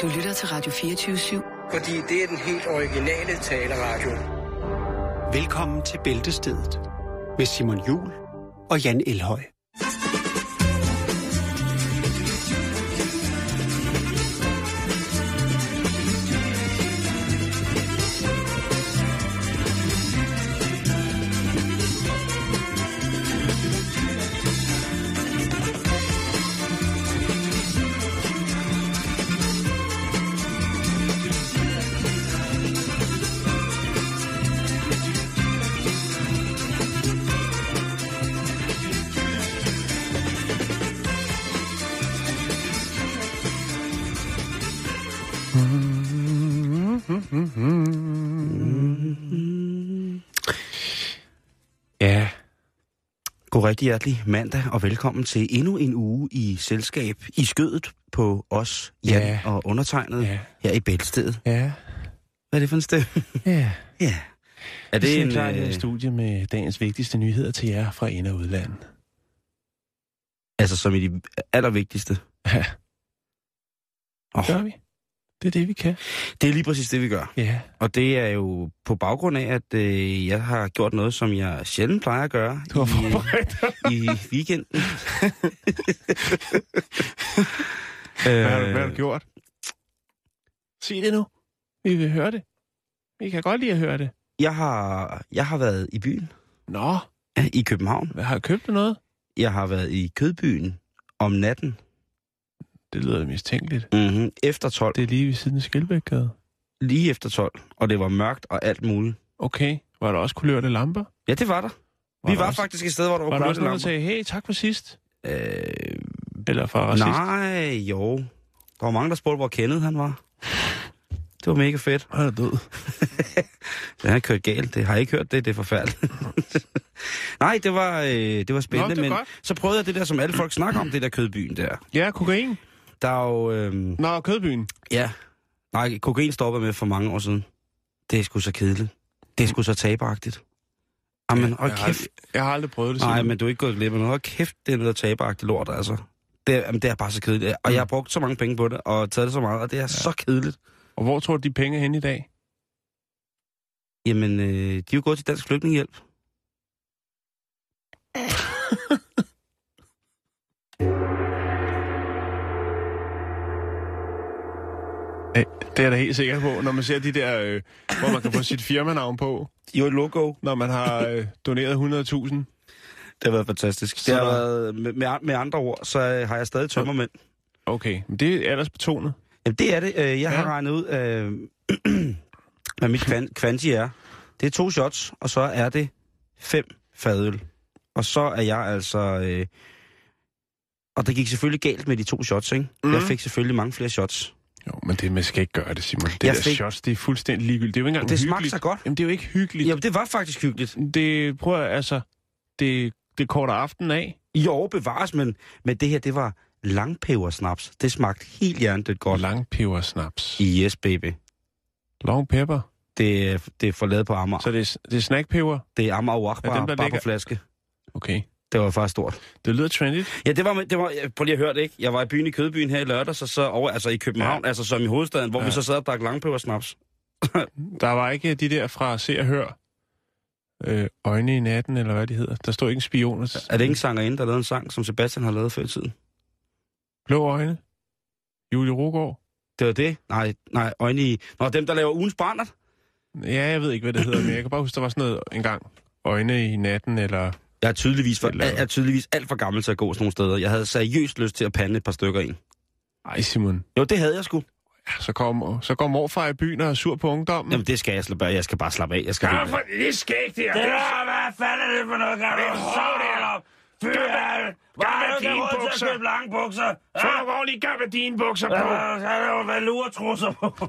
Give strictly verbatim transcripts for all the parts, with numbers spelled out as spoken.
Du lytter til Radio fireogtyve syv. Fordi det er den helt originale taleradio. Velkommen til Bæltestedet med Simon Juhl og Jan Elhøj. Ja, god rigtig hjertelig mandag, og velkommen til endnu en uge i selskab i skødet på os, Jan Ja. og undertegnet Ja. her i Bæltestedet. Ja. Hvad er det for en sted? Ja. Ja. Er Det det er en... klar Øh, i studie med dagens vigtigste nyheder til jer fra ind- og udland. altså som i de allervigtigste? Ja, Oh, gør vi. Det er det, vi kan. det er lige præcis det, vi gør. Ja. Og det er jo på baggrund af, at øh, jeg har gjort noget, som jeg sjældent plejer at gøre Du har i, øh, forberedt dig. i weekenden. Hvad har, du, hvad har du gjort? Sig det nu. Vi vil høre det. Vi kan godt lide at høre det. Jeg har, jeg har været i byen, Nå, ja, i København. hvad har du købt noget? Jeg har været i Kødbyen om natten, Det lyder mistænkeligt. mm-hmm, efter tolv, Det er lige ved siden af Skilbækgade. lige efter tolv, og det var mørkt og alt muligt. Okay. Var der også kulørte lamper? Ja, det var der. Var Vi der var også- faktisk et sted, hvor der var, Var der kulørte også nogen, der lamper. sagde, hey, tak for sidst? Øh, Eller fra sidst? nej, jo. Der var mange, der spurgte, hvor Kenneth han var. Det var mega fedt. Han er død. Det har kørt galt. Det har jeg ikke hørt det. Det er forfærdeligt. Nej, det var, øh, det var spændende. Nå, det var men godt. så prøvede jeg det der, som alle folk snakker om, det der Kødbyen der. Ja, kokain. Der er jo... Øh, Nå, Kødbyen. ja. Nej, kokain stoppede med for mange år siden. Det er sgu så kedeligt. Det er sgu så taberagtigt. Jamen, hold jeg, har kæft. aldrig, jeg har aldrig prøvet det. Nej, Simon. men du er ikke gået glip af noget. Hold kæft, det er noget taberagtigt lort, altså. Det er, jamen, det er bare så kedeligt. Og jeg har brugt så mange penge på det, og taget det så meget, og det er ja. så kedeligt. Og hvor tror du, de penge er henne i dag? Jamen, øh, de er jo gået til Dansk Flygtningehjælp. Ja, det er jeg da helt sikker på, når man ser de der, øh, hvor man kan få sit firmanavn på, Jo, et logo. når man har øh, doneret hundrede tusind. Det har været fantastisk. Så Det har der- været, med, med, med andre ord, så øh, har jeg stadig tømmermænd. Okay, men det er ellers betonet. Jamen, det er det. Øh, Jeg har Ja. regnet ud, øh, hvad mit kvan, kvanti er. Det er to shots, og så er det fem fadøl. Og så er jeg altså... Øh, og det gik selvfølgelig galt med de to shots, ikke? Mm. Jeg fik selvfølgelig mange flere shots. Jo, men det man skal ikke gøre det, Simon. Det Jeg der fik- shots, det er fuldstændig ligegyldigt. Det er jo ikke engang Det smagte hyggeligt. så godt. Jamen, det er jo ikke hyggeligt. Jamen, det var faktisk hyggeligt. Det, prøv at, altså, det, det korter aften af. Jo, bevares, men, men det her, det var langpebersnaps. Det smagte helt hjernedødt godt. Langpebersnaps. Yes, baby. Long pepper. Det, er- det er forladet på Amager. Så det er, det er snackpeber. Det er Amager Wach, Ja, bare, dem, der bare ligger- på flaske. Okay. Det var faktisk stort. Det lyder trendy. Ja, det var, det var, prøv lige at høre det, ikke? Jeg var i byen i Kødbyen her i lørdag, så, så over, altså i København, ja. altså som i hovedstaden, hvor ja. Ja. vi så sad og drak langpebersnaps. Der var ikke de der fra Se og Hør. Øh, øjne i natten, eller hvad de hedder. Der stod ikke en spion. Er det ikke en sangerinde, der lavede en sang, som Sebastian har lavet før i tiden? Blå øjne. Julie Rugård. Det var det? Nej, nej, øjne i... Nå, dem, der laver ugens brændert? Ja, jeg ved ikke, hvad det hedder, men jeg kan bare huske, der var sådan noget engang. Øjne i natten, eller... Jeg er tydeligvis, for, Eller- jeg er tydeligvis alt for gammel til at gå sådan nogle steder. Jeg havde seriøst lyst til at pande et par stykker ind. Ej, Simon. Jo, det havde jeg sgu. Ja, så kom, så kom morfar i byen og er sur på ungdommen. Jamen, det skal jeg slappe af. Jeg skal bare slappe af. Jeg skal Ja, for det er skægt, det her. Det er, hvad fanden er det for noget? Kan du så det eller? Fy, hvad er det, dine til bukser. at købe lange bukser? Så er du ordentligt gør med dine bukser på. Så er der jo valuretrusser på.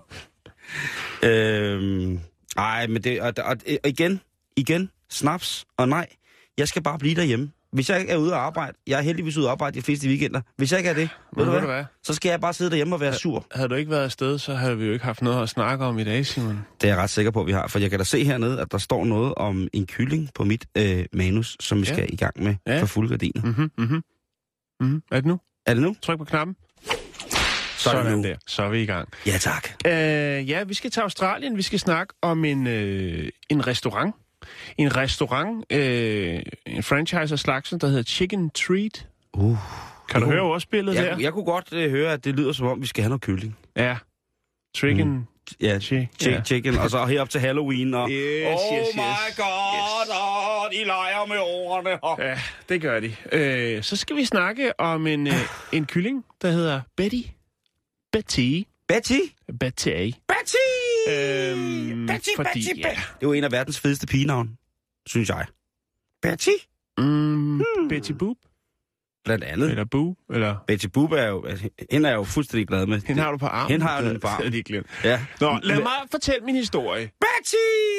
Øhm, ej, men det... Og, og, og igen, igen, snaps og nej. Jeg skal bare blive derhjemme. Hvis jeg ikke er ude at arbejde, jeg er heldigvis ude at arbejde de fleste weekender. Hvis jeg ikke er det, ved du ved hvad? du hvad? Så skal jeg bare sidde derhjemme og være sur. Havde du ikke været afsted, så havde vi jo ikke haft noget at snakke om i dag, Simon. Det er jeg ret sikker på, at vi har. For jeg kan da se hernede, at der står noget om en kylling på mit øh, manus, som vi Ja. skal i gang med Ja. for fulde gardiner. Mhm, mhm. Mhm. Er det nu? Er det nu? Tryk på knappen. Sådan nu. Der. Så er vi i gang. Ja, tak. Øh, ja, vi skal til Australien. Vi skal snakke om en, øh, en restaurant. En restaurant, øh, en franchise af slagsen, der hedder Chicken Treat. Uh. Kan du uh. høre ordspillet jeg, der? Jeg kunne godt øh, høre, at det lyder som om, vi skal have noget kylling. Ja. Chicken... Mm. Ja, chicken, yeah. chicken, og så herop til Halloween, og yes, oh yes, yes. my god, yes. Og de leger med ordene. Ja, det gør de. Øh, så skal vi snakke om en, øh, en kylling, der hedder Betty. Betty. Betty? Betty. Betty! Øhm, Betty, fordi, Betty, ja. Betty. Det er jo en af verdens fedeste pigenavn, synes jeg. Betty? Mm, hmm. Betty Boop? Blandt andet. Eller Boo? Eller... Betty Boop er jo, altså, hende er jeg jo fuldstændig glad med. Hende har du på armen? Hende har jeg på armen. Det er ja. Nå, lad mig fortælle min historie. Betty!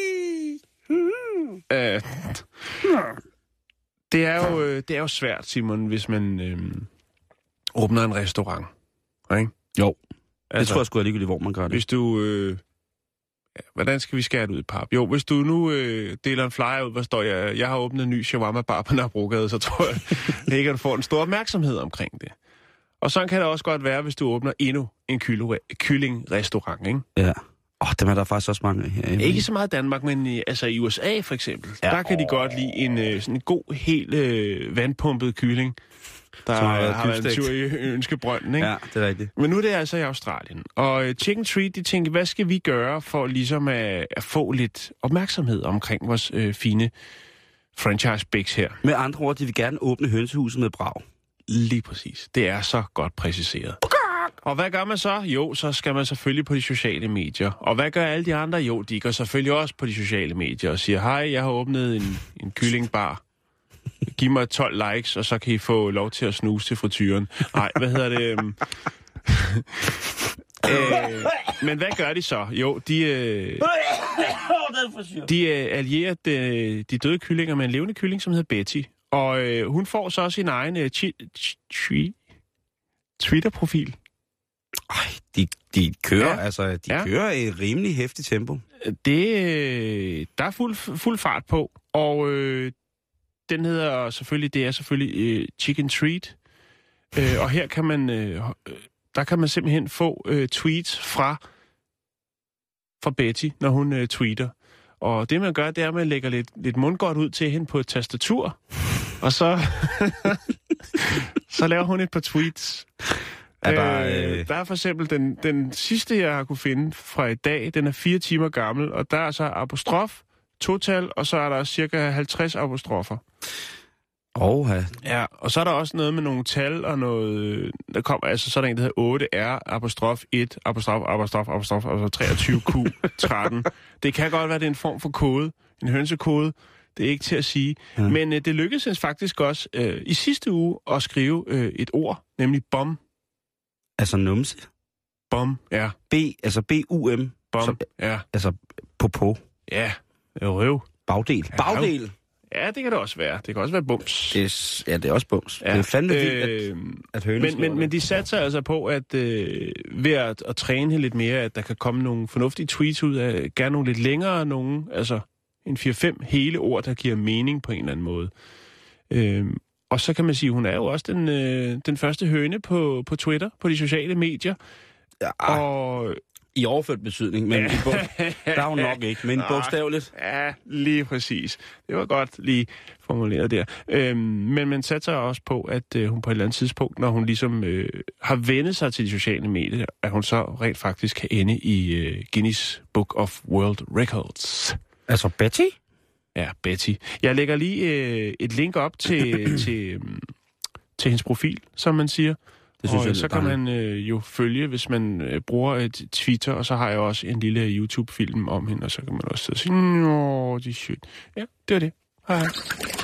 øh, det, er jo, det er jo svært, Simon, hvis man øh, åbner en restaurant. Ikke? Jo, altså, det tror jeg sgu er ligegyldigt, hvor man gør det. Hvis du... Øh, ja, hvordan skal vi skære det ud i pap? Jo, hvis du nu øh, deler en flyer ud, hvor står jeg, jeg har åbnet en ny shawarma-bar på Nørrebrogade, så tror jeg ikke, at du får en stor opmærksomhed omkring det. Og sådan kan det også godt være, hvis du åbner endnu en kylling-restaurant, ikke? Ja. Åh, oh, dem er der faktisk også mange her. Ikke så meget i Danmark, men i, altså i U S A for eksempel. Ja. Der kan de godt lide en øh, sådan en god, helt øh, vandpumpet kylling, der har, været, har været en tur i ønskebrønden, ikke? Ja, det er rigtigt. Men nu er det altså i Australien. Og uh, Chicken Treat, de tænker, hvad skal vi gøre for ligesom at, at få lidt opmærksomhed omkring vores øh, fine franchise bigs her? Med andre ord, de vil gerne åbne hønsehuset med brag. Lige præcis. Det er så godt præciseret. Og hvad gør man så? Jo, så skal man selvfølgelig på de sociale medier. Og hvad gør alle de andre? Jo, de går selvfølgelig også på de sociale medier og siger, hej, jeg har åbnet en, en kyllingbar. Giv mig tolv likes, og så kan I få lov til at snuse til frityren. Nej, hvad hedder det? øh, men hvad gør de så? Jo, de, øh, de øh, allierer de, de døde kyllinger med en levende kylling, som hedder Betty. Og øh, hun får så sin egen øh, Twitter-profil. Ej, de, de kører, ja. altså, de ja. kører i et rimelig hæftigt tempo. Det, øh, der er fuld, fuld fart på, og øh, den hedder selvfølgelig, det er selvfølgelig øh, Chicken Treat. Øh, og her kan man, øh, der kan man simpelthen få øh, tweets fra, fra Betty, når hun øh, tweeter. Og det man gør, det er, at man lægger lidt, lidt mundgodt ud til hende på et tastatur, og så, så laver hun et par tweets. Er der, øh... der er for eksempel den, den sidste, jeg har kunne finde fra i dag, den er fire timer gammel, og der er så apostrof, total, og så er der cirka halvtreds apostrofer. Oha. Ja, og så er der også noget med nogle tal og noget... Der kommer, altså så er der en, der hedder otte R, apostrof et, apostrof, apostrof, apostrof, altså treogtyve Q tretten. Det kan godt være, det er en form for kode, en hønsekode. Det er ikke til at sige. Ja. Men øh, det lykkedes faktisk også øh, i sidste uge at skrive øh, et ord, nemlig bom. Altså numse? Bom, ja. B, altså B U M. Bom, så, ja. Altså på på. Ja, røv. Bagdel. Ja, Bagdel. Ja, det kan det også være. Det kan også være bums. Det er, ja, det er også bums. Ja. Det er fandme vildt, at, øh, at høne men, men, men de satser altså på, at øh, ved at, at træne lidt mere, at der kan komme nogle fornuftige tweets ud af, gerne nogle lidt længere nogen, altså en fire fem hele ord, der giver mening på en eller anden måde. Øh, og så kan man sige, hun er jo også den, øh, den første høne på, på Twitter, på de sociale medier. Ja, og... I overført betydning, men ja. i bog, der er hun nok ikke, men bogstaveligt. Ja, lige præcis. Det var godt lige formuleret der. Øhm, men man satser også på, at øh, hun på et eller andet tidspunkt, når hun ligesom øh, har vendt sig til de sociale medier, at hun så rent faktisk kan ende i øh, Guinness Book of World Records. Altså Betty? Ja, Betty. Jeg lægger lige øh, et link op til, til, til hendes profil, som man siger. Det synes og jeg, så kan man øh, jo følge, hvis man øh, bruger et Twitter, og så har jeg også en lille YouTube-film om hende, og så kan man også sidde og sige, nå, det er shit. Ja, det var det. Hej, hej.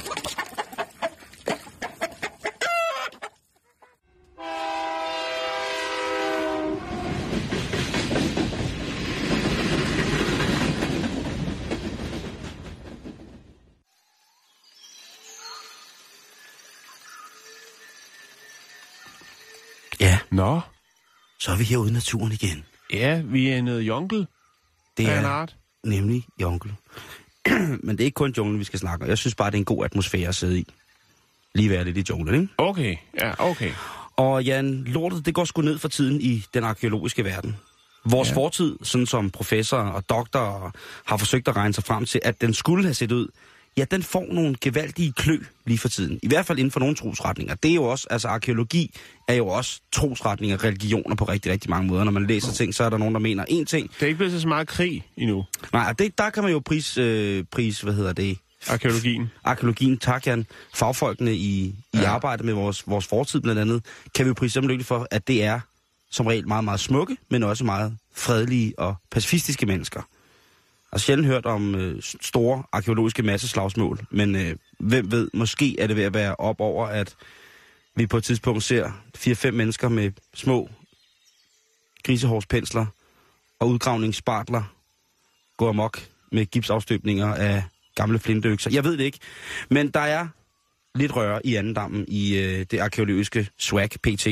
Ja. Nå. Så er vi herude i naturen igen. Ja, vi er i noget jungle. Det er en art. Nemlig jungle. Men det er ikke kun jungle, vi skal snakke om. Jeg synes bare, det er en god atmosfære at sidde i. Lige være lidt i junglen, ikke? Okay, ja, okay. Og Jan, lortet, det går sgu ned for tiden i den arkeologiske verden. Vores ja. fortid, sådan som professorer og doktorer har forsøgt at regne sig frem til, at den skulle have set ud, ja, den får nogle gevaldige klø lige for tiden. I hvert fald inden for nogle trosretninger. Det er jo også, altså arkeologi er jo også trosretninger, religioner på rigtig, rigtig mange måder. Når man læser ting, så er der nogen, der mener én ting. Det er ikke blevet så meget krig endnu. Nej, det, der kan man jo pris, øh, pris, hvad hedder det? Arkeologien. Arkeologien, tak Jan. Fagfolkene i, i ja. arbejde med vores, vores fortid blandt andet, kan vi jo prise dem lykkeligt for, at det er som regel meget, meget smukke, men også meget fredelige og pacifistiske mennesker. Jeg har sjældent hørt om øh, store arkeologiske masseslagsmål, men øh, hvem ved, måske er det ved at være op over, at vi på et tidspunkt ser fire-fem mennesker med små grisehårspensler og udgravningsspartler gå amok med gipsafstøbninger af gamle flintøkser. Jeg ved det ikke, men der er lidt røre i andendammen i øh, det arkeologiske swag P T.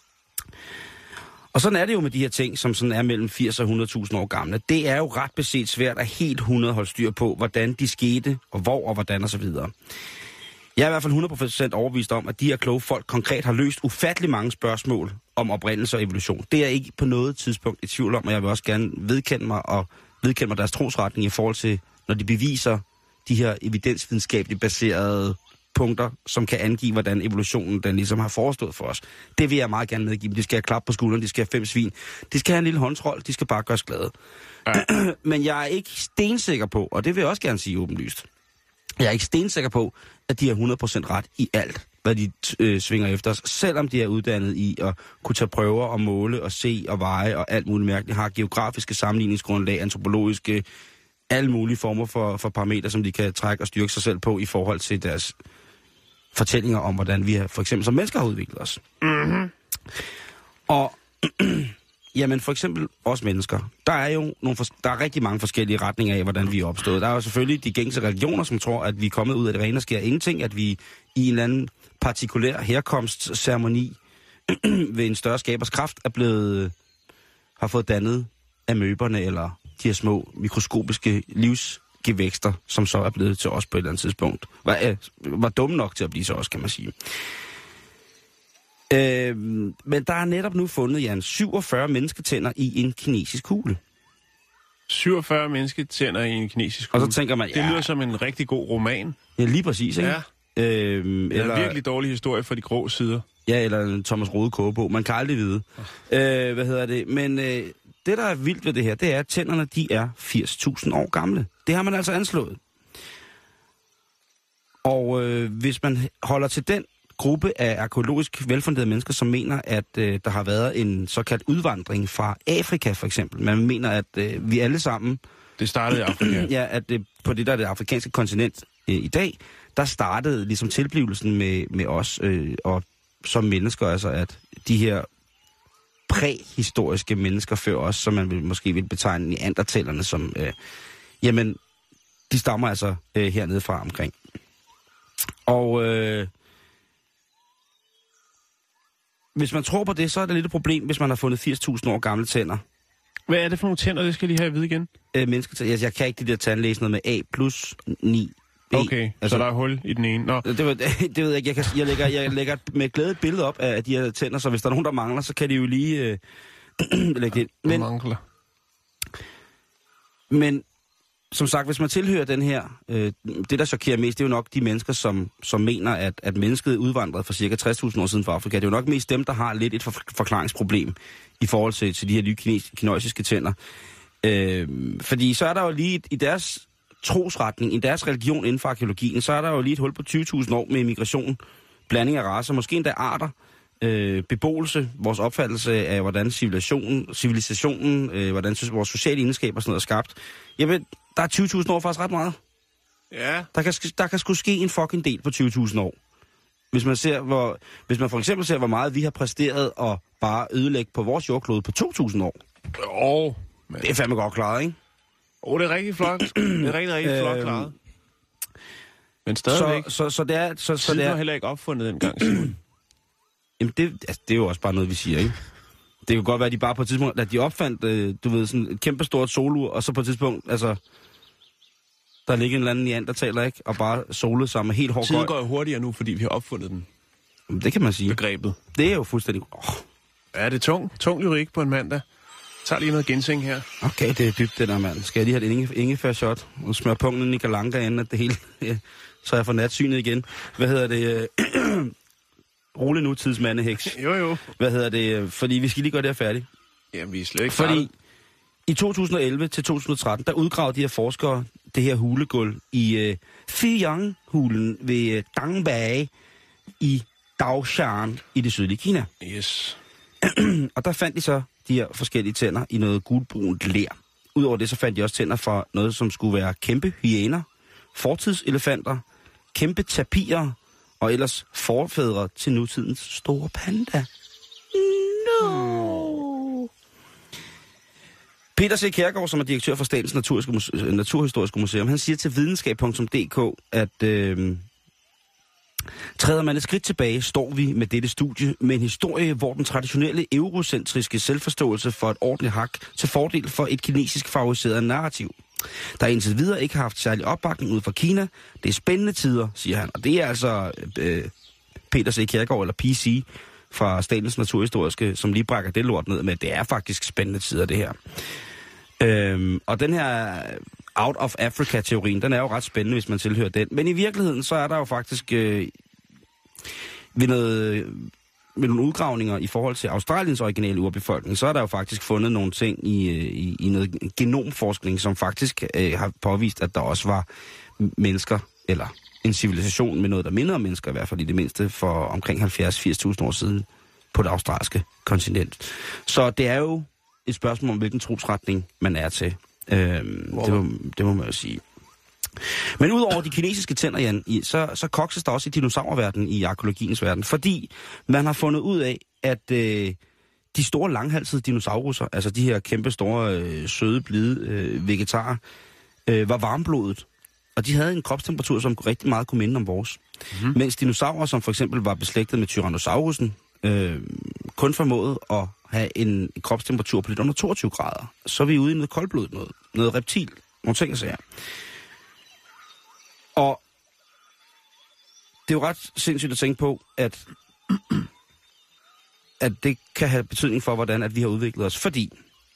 Og sådan er det jo med de her ting, som sådan er mellem firs og hundrede tusind år gamle. Det er jo ret beset svært at helt hundrede holde styr på, hvordan de skete, og hvor og hvordan og så videre. Jeg er i hvert fald hundrede procent overbevist om, at de her kloge folk konkret har løst ufattelig mange spørgsmål om oprindelse og evolution. Det er jeg ikke på noget tidspunkt i tvivl om, og jeg vil også gerne vedkende mig og vedkende mig deres trosretning i forhold til, når de beviser de her evidensvidenskabeligt baserede punkter, som kan angive, hvordan evolutionen den ligesom har forestået for os. Det vil jeg meget gerne medgive. De skal have klap på skulderen, de skal have fem svin. De skal have en lille håndtrol, de skal bare gøres glade. Ja. Men jeg er ikke stensikker på, og det vil jeg også gerne sige åbenlyst, jeg er ikke stensikker på, at de har hundrede procent ret i alt, hvad de øh, svinger efter os, selvom de er uddannet i at kunne tage prøver og måle og se og veje og alt muligt mærkeligt, har geografiske sammenligningsgrundlag, antropologiske, alle mulige former for, for parametre, som de kan trække og styrke sig selv på i forhold til deres fortællinger om, hvordan vi har, for eksempel som mennesker har udviklet os. Mm-hmm. Og jamen for eksempel os mennesker, der er jo nogle, der er rigtig mange forskellige retninger af, hvordan vi er opstået. Der er jo selvfølgelig de gængse religioner, som tror, at vi er kommet ud af det rene og sker ingenting, at vi i en eller anden partikulær herkomstceremoni ved en større skabers kraft er blevet, har fået dannet amøberne eller de her små mikroskopiske livsgevækster, som så er blevet til os på et eller andet tidspunkt. Var, øh, var dumme nok til at blive så også, kan man sige. Øh, men der er netop nu fundet, Jan, syvogfyrre mennesketænder i en kinesisk kugle. syvogfyrre mennesketænder i en kinesisk kugle? Og så tænker man, ja, det lyder som en rigtig god roman. Ja, lige præcis, ikke? Ja. Øh, det er eller, en virkelig dårlig historie for de grå sider. Ja, eller en Thomas Rode kogebog. Man kan aldrig vide. Oh. Øh, hvad hedder det? Men øh, det, der er vildt ved det her, det er, at tænderne, de er firs tusind år gamle. Det har man altså anslået. Og øh, hvis man holder til den gruppe af arkæologisk velfunderede mennesker, som mener, at øh, der har været en såkaldt udvandring fra Afrika, for eksempel. Man mener, at øh, vi alle sammen... Det startede i Afrika. Ja, at det, på det der det afrikanske kontinent øh, i dag, der startede ligesom tilblivelsen med, med os øh, og som mennesker, altså at de her præhistoriske mennesker før os, som man vil, måske vil betegne neandertalerne som, øh, jamen, de stammer altså øh, hernede fra omkring. Og øh, hvis man tror på det, så er det lidt et problem, hvis man har fundet firs tusind år gamle tænder. Hvad er det for nogle tænder, det skal de have at vide igen? Øh, mennesketænder, jeg, jeg kan ikke de der tandlæse noget med A plus ni. Okay, altså, så der er hul i den ene. Nå. Det, ved, det ved jeg ikke. Jeg, kan, jeg, lægger, jeg lægger med glæde et billede op af de her tænder, så hvis der er nogen, der mangler, så kan de jo lige øh, lægge det ind. Men, mangler. Men som sagt, hvis man tilhører den her, øh, det der chokerer mest, det er jo nok de mennesker, som, som mener, at, at mennesket udvandrede for cirka tres tusind år siden fra Afrika. Det er jo nok mest dem, der har lidt et for, forklaringsproblem i forhold til, til de her nye kines, kinesiske tænder. Øh, fordi så er der jo lige i deres trosretning, i deres religion inden for arkeologien, så er der jo lige et hul på tyve tusind år med migration, blanding af racer, måske endda arter, øh, beboelse, vores opfattelse af, hvordan civilisationen, civilisationen øh, hvordan vores sociale egenskaber og sådan noget er skabt. Jamen, der er tyve tusind år faktisk ret meget. Ja. Der kan, der kan sgu ske en fucking del på tyve tusind år. Hvis man ser, hvor, hvis man for eksempel ser, hvor meget vi har præsteret at bare ødelægge på vores jordklode på to tusind år. Åh, men... Det er fandme godt klaret, ikke? Åh, oh, det er rigtig flot. Det er rigtig, rigtig flot klaret. Men stadigvæk. Så, så, så det er... Så, så det er var heller ikke opfundet dengang, Simon. Jamen, det, altså, det er jo også bare noget, vi siger, ikke? Det kan godt være, at de bare på et tidspunkt, at de opfandt, øh, du ved, sådan et kæmpe stort solur, og så på et tidspunkt, altså... Der ligger en eller anden neandertaler, ikke? Og bare solet sammen med helt hård Tiden går jo hurtigere nu, fordi vi har opfundet den. Det kan man sige. Begrebet. Det er jo fuldstændig... Oh. Ja, det er tung. Tung lyrik på en mandag. Jeg tager lige noget ginseng her. Okay, det er dybt, det der, mand. Skal jeg lige have et inge, ingefær-shot og smøre punkten i galanka inden, at det hele... Ja, så er jeg får natsynet igen. Hvad hedder det? Rolig nu, tidsmandeheks. Jo, jo. Hvad hedder det? Fordi vi skal lige gøre det her færdigt. Ja, vi er slet ikke Fordi startet. i to tusind og elleve til to tusind og tretten, der udgravede de her forskere det her hulegulv i øh, Fiyang-hulen ved øh, Dangbage i Daoshan i det sydlige Kina. Yes. Og der fandt de så de her forskellige tænder i noget gulbrunt ler. Udover det, så fandt de også tænder fra noget, som skulle være kæmpe hyæner, fortidselefanter, kæmpe tapirer og ellers forfædre til nutidens store panda. No! Peter C. Kjærgaard, som er direktør for Statens Naturhistoriske Museum, han siger til videnskab punktum d k, at øh, træder man et skridt tilbage, står vi med dette studie med en historie, hvor den traditionelle eurocentriske selvforståelse for et ordentligt hak til fordel for et kinesisk favoriseret narrativ, der indtil videre ikke har haft særlig opbakning ud fra Kina. Det er spændende tider, siger han. Og det er altså øh, Peter C. Kjærgaard, eller P C, fra Statens Naturhistoriske, som lige brækker det lort ned med. Det er faktisk spændende tider, det her. Øhm, og den her out of Africa-teorien, den er jo ret spændende, hvis man tilhører den. Men i virkeligheden, så er der jo faktisk øh, ved, noget, ved nogle udgravninger i forhold til Australiens originale urbefolkning, så er der jo faktisk fundet nogle ting i, i, i noget genomforskning, som faktisk øh, har påvist, at der også var mennesker, eller en civilisation med noget, der minder om mennesker, i hvert fald i det mindste, for omkring halvfjerds til firs tusind år siden på det australske kontinent. Så det er jo et spørgsmål om, hvilken trosretning man er til. Øhm, wow. det, må, det må man jo sige. Men udover de kinesiske tænder, Jan, så, så kokses der også i dinosaurverdenen, i arkæologiens verden, fordi man har fundet ud af, at øh, de store langhalsede dinosauruser, altså de her kæmpe store, øh, søde, blide øh, vegetarer, øh, var varmblodet. Og de havde en kropstemperatur, som rigtig meget kunne minde om vores. Mm-hmm. Mens dinosaurer, som for eksempel var beslægtet med Tyrannosaurusen, øh, kun formåede at have en kropstemperatur på lidt under toogtyve grader. Så er vi ude i noget koldblod, noget, noget reptil, nogle ting at sige. Og det er jo ret sindssygt at tænke på, at, at det kan have betydning for, hvordan at vi har udviklet os. Fordi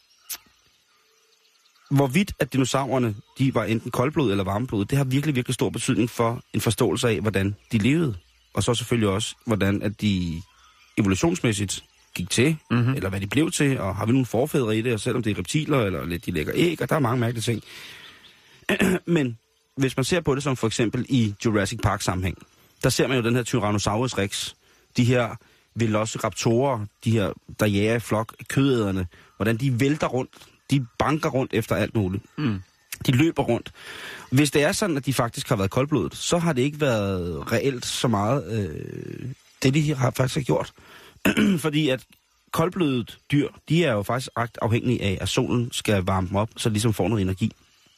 hvorvidt at dinosaurerne, de var enten koldblod eller varmeblod, det har virkelig, virkelig stor betydning for en forståelse af, hvordan de levede. Og så selvfølgelig også, hvordan at de evolutionsmæssigt gik til, mm-hmm. eller hvad de blev til, og har vi nogle forfædre i det, og selvom det er reptiler, eller lidt de lægger æg, og der er mange mærkelige ting. Men hvis man ser på det som for eksempel i Jurassic Park-sammenhæng, der ser man jo den her Tyrannosaurus rex, de her velociraptorer, de her, der jager i flok, kødæderne, hvordan de vælter rundt, de banker rundt efter alt muligt. Mm. De løber rundt. Hvis det er sådan, at de faktisk har været koldblodet, så har det ikke været reelt så meget øh, det, de har faktisk gjort. Fordi at koldblodet dyr, de er jo faktisk ret afhængige af, at solen skal varme dem op, så de ligesom får noget energi.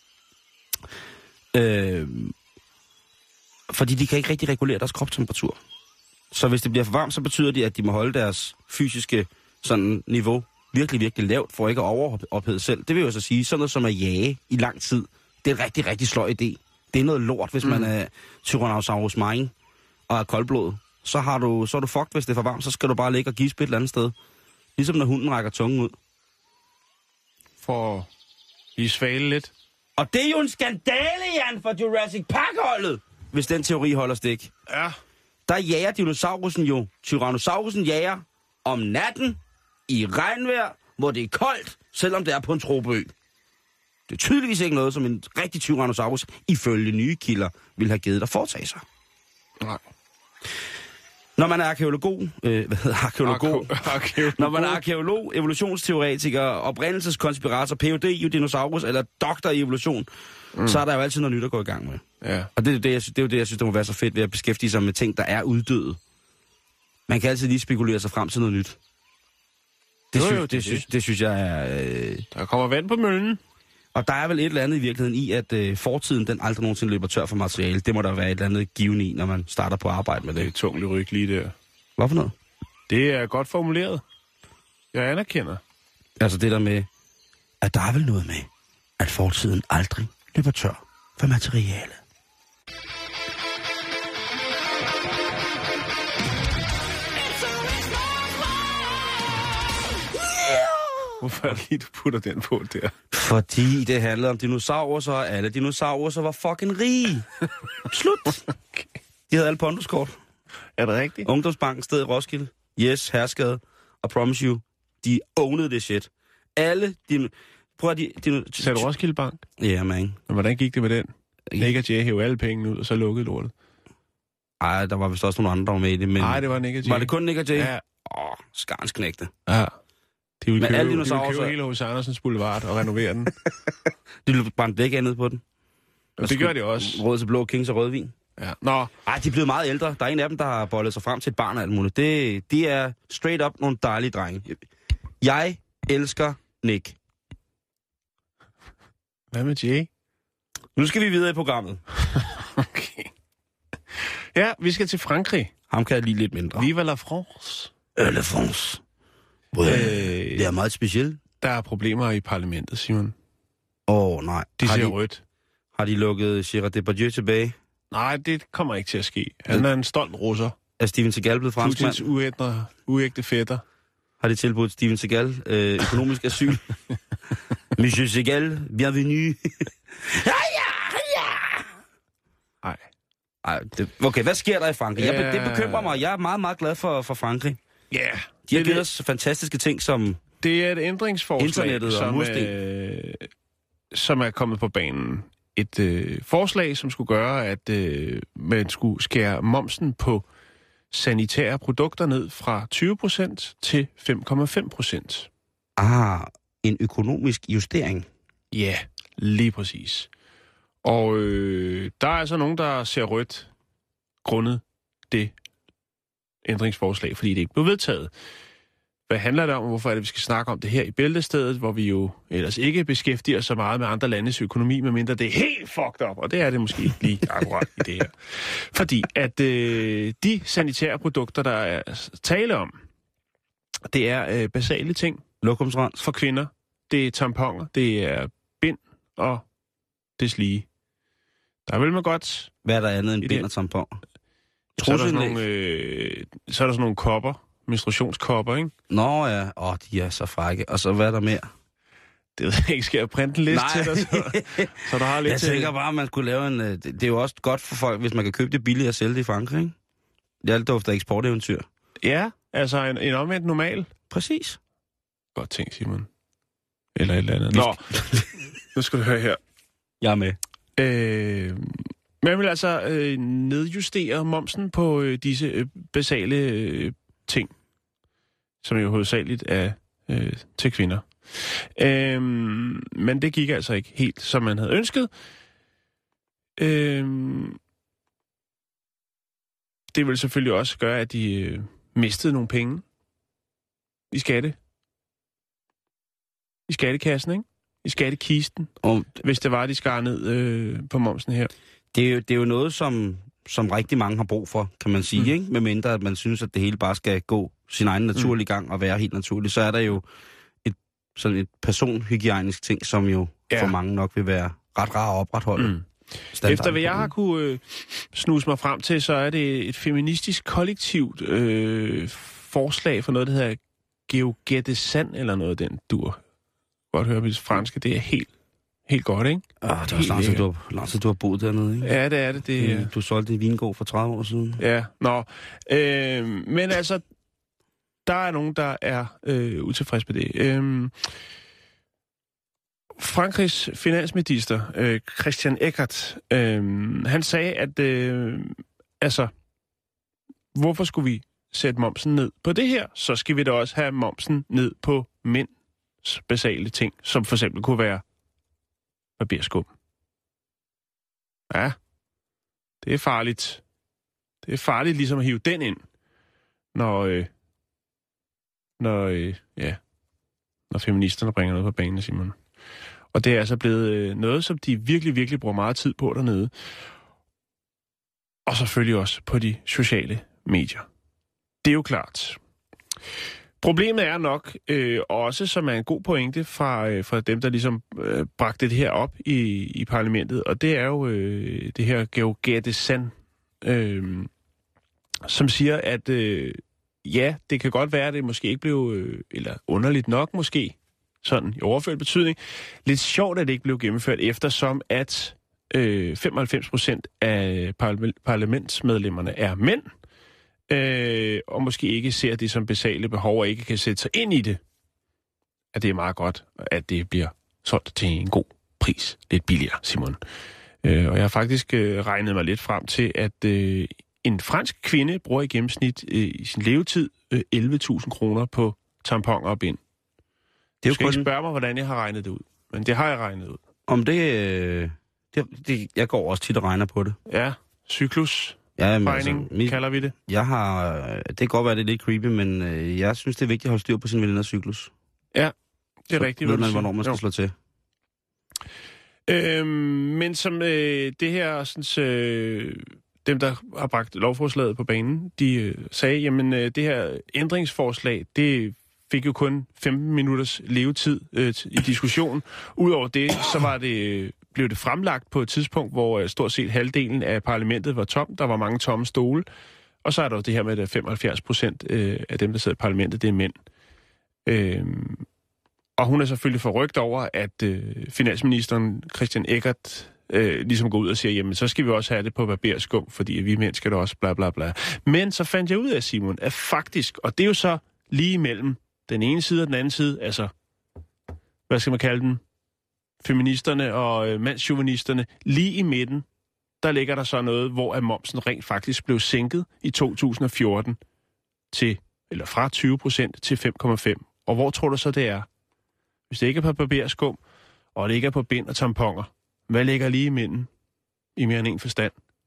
Øh, fordi de kan ikke rigtig regulere deres kropstemperatur. Så hvis det bliver for varmt, så betyder det, at de må holde deres fysiske sådan, niveau virkelig, virkelig lavt, for ikke at overophede selv. Det vil jo så sige, sådan noget som at jage i lang tid, det er en rigtig, rigtig sløj idé. Det er noget lort, hvis mm. man er Tyrannosaurus mine og er koldblod. Så, har du, så er du fucked, hvis det er for varmt, så skal du bare ligge og gispe et eller andet sted. Ligesom når hunden rækker tungen ud. For lige svale lidt. Og det er jo en skandale, Jan, for Jurassic Park-holdet, hvis den teori holder stik. Ja. Der jager dinosaurusen jo. Tyrannosaurusen jager om natten i regnvejr, hvor det er koldt, selvom det er på en tropeø. Det er tydeligvis ikke noget, som en rigtig Tyrannosaurus, ifølge nye kilder, ville have givet dig foretage sig. Nej. Når man er arkeolog, øh, hvad hedder arkeolog? Arke- Når man er arkeolog, evolutionsteoretiker, oprindelseskonspirator, P H D i dinosaurus eller doktor i evolution, mm. så er der jo altid noget nyt at gå i gang med. Ja. Og det er, det, jeg, det er jo det, jeg synes, der må være så fedt ved at beskæftige sig med ting, der er uddøde. Man kan altid lige spekulere sig frem til noget nyt. Det, jo, synes, jo, det, det, synes, det synes jeg er... Øh... Der kommer vand på møllen. Og der er vel et eller andet i virkeligheden i, at øh, fortiden den aldrig nogensinde løber tør for materiale. Det må der være et eller andet givende i, når man starter på at arbejde med det. Det er tung lyrik lige der. Hvad for noget? Det er godt formuleret. Jeg anerkender. Altså det der med, at der er vel noget med, at fortiden aldrig løber tør for materiale. Hvorfor er det lige, du putter den på der? Fordi det handlede om dinosaurer, så alle dinosaurer så var fucking rige. Slut. Okay. De havde alle ponduskort. Er det rigtigt? Ungdomsbanken sted i Roskilde. Yes, Herskade. Og promise you, de ownede det shit. Alle de... Prøv at de... de Sagde du Roskilde Bank? Ja, yeah, man. Men hvordan gik det med den? Nick og Jay hævde alle pengene ud, og så lukkede lortet. Ej, der var vist også nogle andre, der var med i det. Men... Nej, det var Nick og Jay. Var det kun Nick og Jay? Ja. Åh, oh, skarnsknægte. Ja. De ville men købe, alle de ville købe så... hele H C Andersens Boulevard og renovere den. De ville brænde dæk andet på den. Og det gør de også. Råd til blå kings og rødvin. Ja. Nå. Ej, de er blevet meget ældre. Der er en af dem, der har bollet sig frem til et barn og alt muligt. Det, de er straight up nogle dejlige drenge. Jeg elsker Nick. Hvad med Jay? Nu skal vi videre i programmet. Okay. Ja, vi skal til Frankrig. Ham kan jeg lige lidt mindre. Viva la France. Øh, la France. Øh, det er meget specielt. Der er problemer i parlamentet, Simon. Åh, oh, nej. De har ser de, rødt. Har de lukket Gérard Depardieu tilbage? Nej, det kommer ikke til at ske. Han er en stolt russer. Er Steven Seagal blevet franskmand? Putins uægte, uægte fætter. Har de tilbudt Steven Seagal øh, økonomisk asyl? Monsieur Seagal, bienvenue. Ja, ja, ja. Nej. Ej, det, okay, hvad sker der i Frankrig? Ja. Jeg, det bekymrer mig. Jeg er meget, meget glad for, for Frankrig. Ja. Yeah. De har givet os fantastiske ting som... Det er et ændringsforslag, som, øh, som er kommet på banen. Et øh, forslag, som skulle gøre, at øh, man skulle skære momsen på sanitære produkter ned fra tyve procent til fem komma fem procent. Ah, en økonomisk justering. Ja, lige præcis. Og øh, der er altså nogen, der ser rødt grundet det ændringsforslag, fordi det ikke blev vedtaget. Hvad handler det om, og hvorfor er det, vi skal snakke om det her i Bæltestedet, hvor vi jo ellers ikke beskæftiger så meget med andre landes økonomi, medmindre det er helt fucked up, og det er det måske ikke lige akkurat i det her. Fordi at øh, de sanitære produkter, der er tale om, det er øh, basale ting. Lokumsrens. For kvinder. Det er tamponer, det er bind og deslige. Der vil man godt... Hvad er der andet end bind og tamponer? Så er der sådan nogle, øh, så er der sådan nogle kopper, menstruationskopper, ikke? Nå ja, åh, de er så frække. Og så hvad er der mere? Det ved jeg ikke, skal jeg printe en liste til dig, så, så du har lidt jeg til... Jeg tænker bare, at man skulle lave en... Det, det er jo også godt for folk, hvis man kan købe det billigt og sælge det i Frankrig, ikke? Det er alt dufter eksporteventyr. Ja, altså en, en omvendt normal. Præcis. Godt tænkt, Simon. Eller et eller andet. Nå, nu skal du høre her. Jeg er med. Øh, man vil altså øh, nedjustere momsen på øh, disse øh, basale øh, ting, som jo hovedsageligt er øh, til kvinder. Øh, men det gik altså ikke helt, som man havde ønsket. Øh, det vil selvfølgelig også gøre, at de øh, mistede nogle penge i skatte. I skattekassen, ikke? I skattekisten, og, hvis det var, de skar ned øh, på momsen her. Det er jo, det er jo noget, som, som rigtig mange har brug for, kan man sige, mm. ikke? Med mindre, at man synes, at det hele bare skal gå sin egen naturlige gang og være helt naturligt. Så er der jo et, sådan et personhygiejnisk ting, som jo ja. for mange nok vil være ret rar at opretholde. Mm. Efter hvad jeg har kunne øh, snuse mig frem til, så er det et feministisk kollektivt øh, forslag for noget, der hedder Georgette-Sand, eller noget den dur. Godt høre, hvis franske, det er helt, helt godt, ikke? Ah, det er også lang tid, du har, lang tid, du har boet dernede, ikke? Ja, det er det. det mm, du solgte en vingård for tredive år siden. Ja, nå. Øh, men altså, der er nogen, der er øh, utilfreds med det. Øh, Frankrigs finansminister, øh, Christian Eckert, øh, han sagde, at øh, altså, hvorfor skulle vi sætte momsen ned på det her? Så skal vi da også have momsen ned på mænd. Basale ting, som for eksempel kunne være barberskum. Ja, det er farligt. Det er farligt ligesom at hive den ind, når, øh, når, øh, ja, når feministerne bringer noget på banen, Simon. Og det er altså blevet øh, noget, som de virkelig, virkelig bruger meget tid på dernede. Og selvfølgelig også på de sociale medier. Det er jo klart. Problemet er nok øh, også, som er en god pointe fra, øh, fra dem, der ligesom øh, bragte det her op i, i parlamentet, og det er jo øh, det her Georgette-Sand, øh, som siger, at øh, ja, det kan godt være, at det måske ikke blev, øh, eller underligt nok måske, sådan i overført betydning. Lidt sjovt, at det ikke blev gennemført, eftersom at øh, femoghalvfems procent af parla- parlamentsmedlemmerne er mænd, øh, og måske ikke ser det som basale behov, og ikke kan sætte sig ind i det. At det er meget godt, at det bliver solgt til en god pris. Lidt billigere, Simon. Øh, og jeg har faktisk øh, regnet mig lidt frem til, at øh, en fransk kvinde bruger i gennemsnit øh, i sin levetid øh, elleve tusind kroner på tamponer og bind. Det er du skal kun... ikke spørge mig, hvordan jeg har regnet det ud. Men det har jeg regnet ud. Om det... Øh, det, det jeg går også tit og regner på det. Ja, cyklus. Ja, regning, altså, mit, kalder vi det. Jeg har... Det kan godt være, det er lidt creepy, men øh, jeg synes, det er vigtigt at holde styr på sin veninders cyklus. Ja, det er så rigtigt. ved man, hvornår man skal jo. slå til. Øhm, men som øh, det her, sådan, øh, dem der har bragt lovforslaget på banen, de øh, sagde, jamen øh, det her ændringsforslag, det fik jo kun femten minutters levetid øh, i diskussionen. Udover det, så var det, øh, blev det fremlagt på et tidspunkt, hvor øh, stort set halvdelen af parlamentet var tom. Der var mange tomme stole. Og så er der jo det her med, at femoghalvfjerds procent øh, af dem, der sidder i parlamentet, det er mænd. Øh, Og hun er selvfølgelig forrygt over, at øh, finansministeren Christian Eckert øh, ligesom går ud og siger, jamen så skal vi også have det på barberskum, fordi vi mænd skal da også bla bla bla. Men så fandt jeg ud af, Simon, at faktisk, og det er jo så lige imellem den ene side og den anden side, altså, hvad skal man kalde den, feministerne og øh, mandsjuvenisterne, lige i midten, der ligger der så noget, hvor at momsen rent faktisk blev sænket i to tusind og fjorten til, eller fra tyve procent til fem komma fem. Og hvor tror du så, det er? Hvis det ikke er på barberskum, og det ikke er på bind og tamponer, hvad ligger lige i midten i mere end en forstand?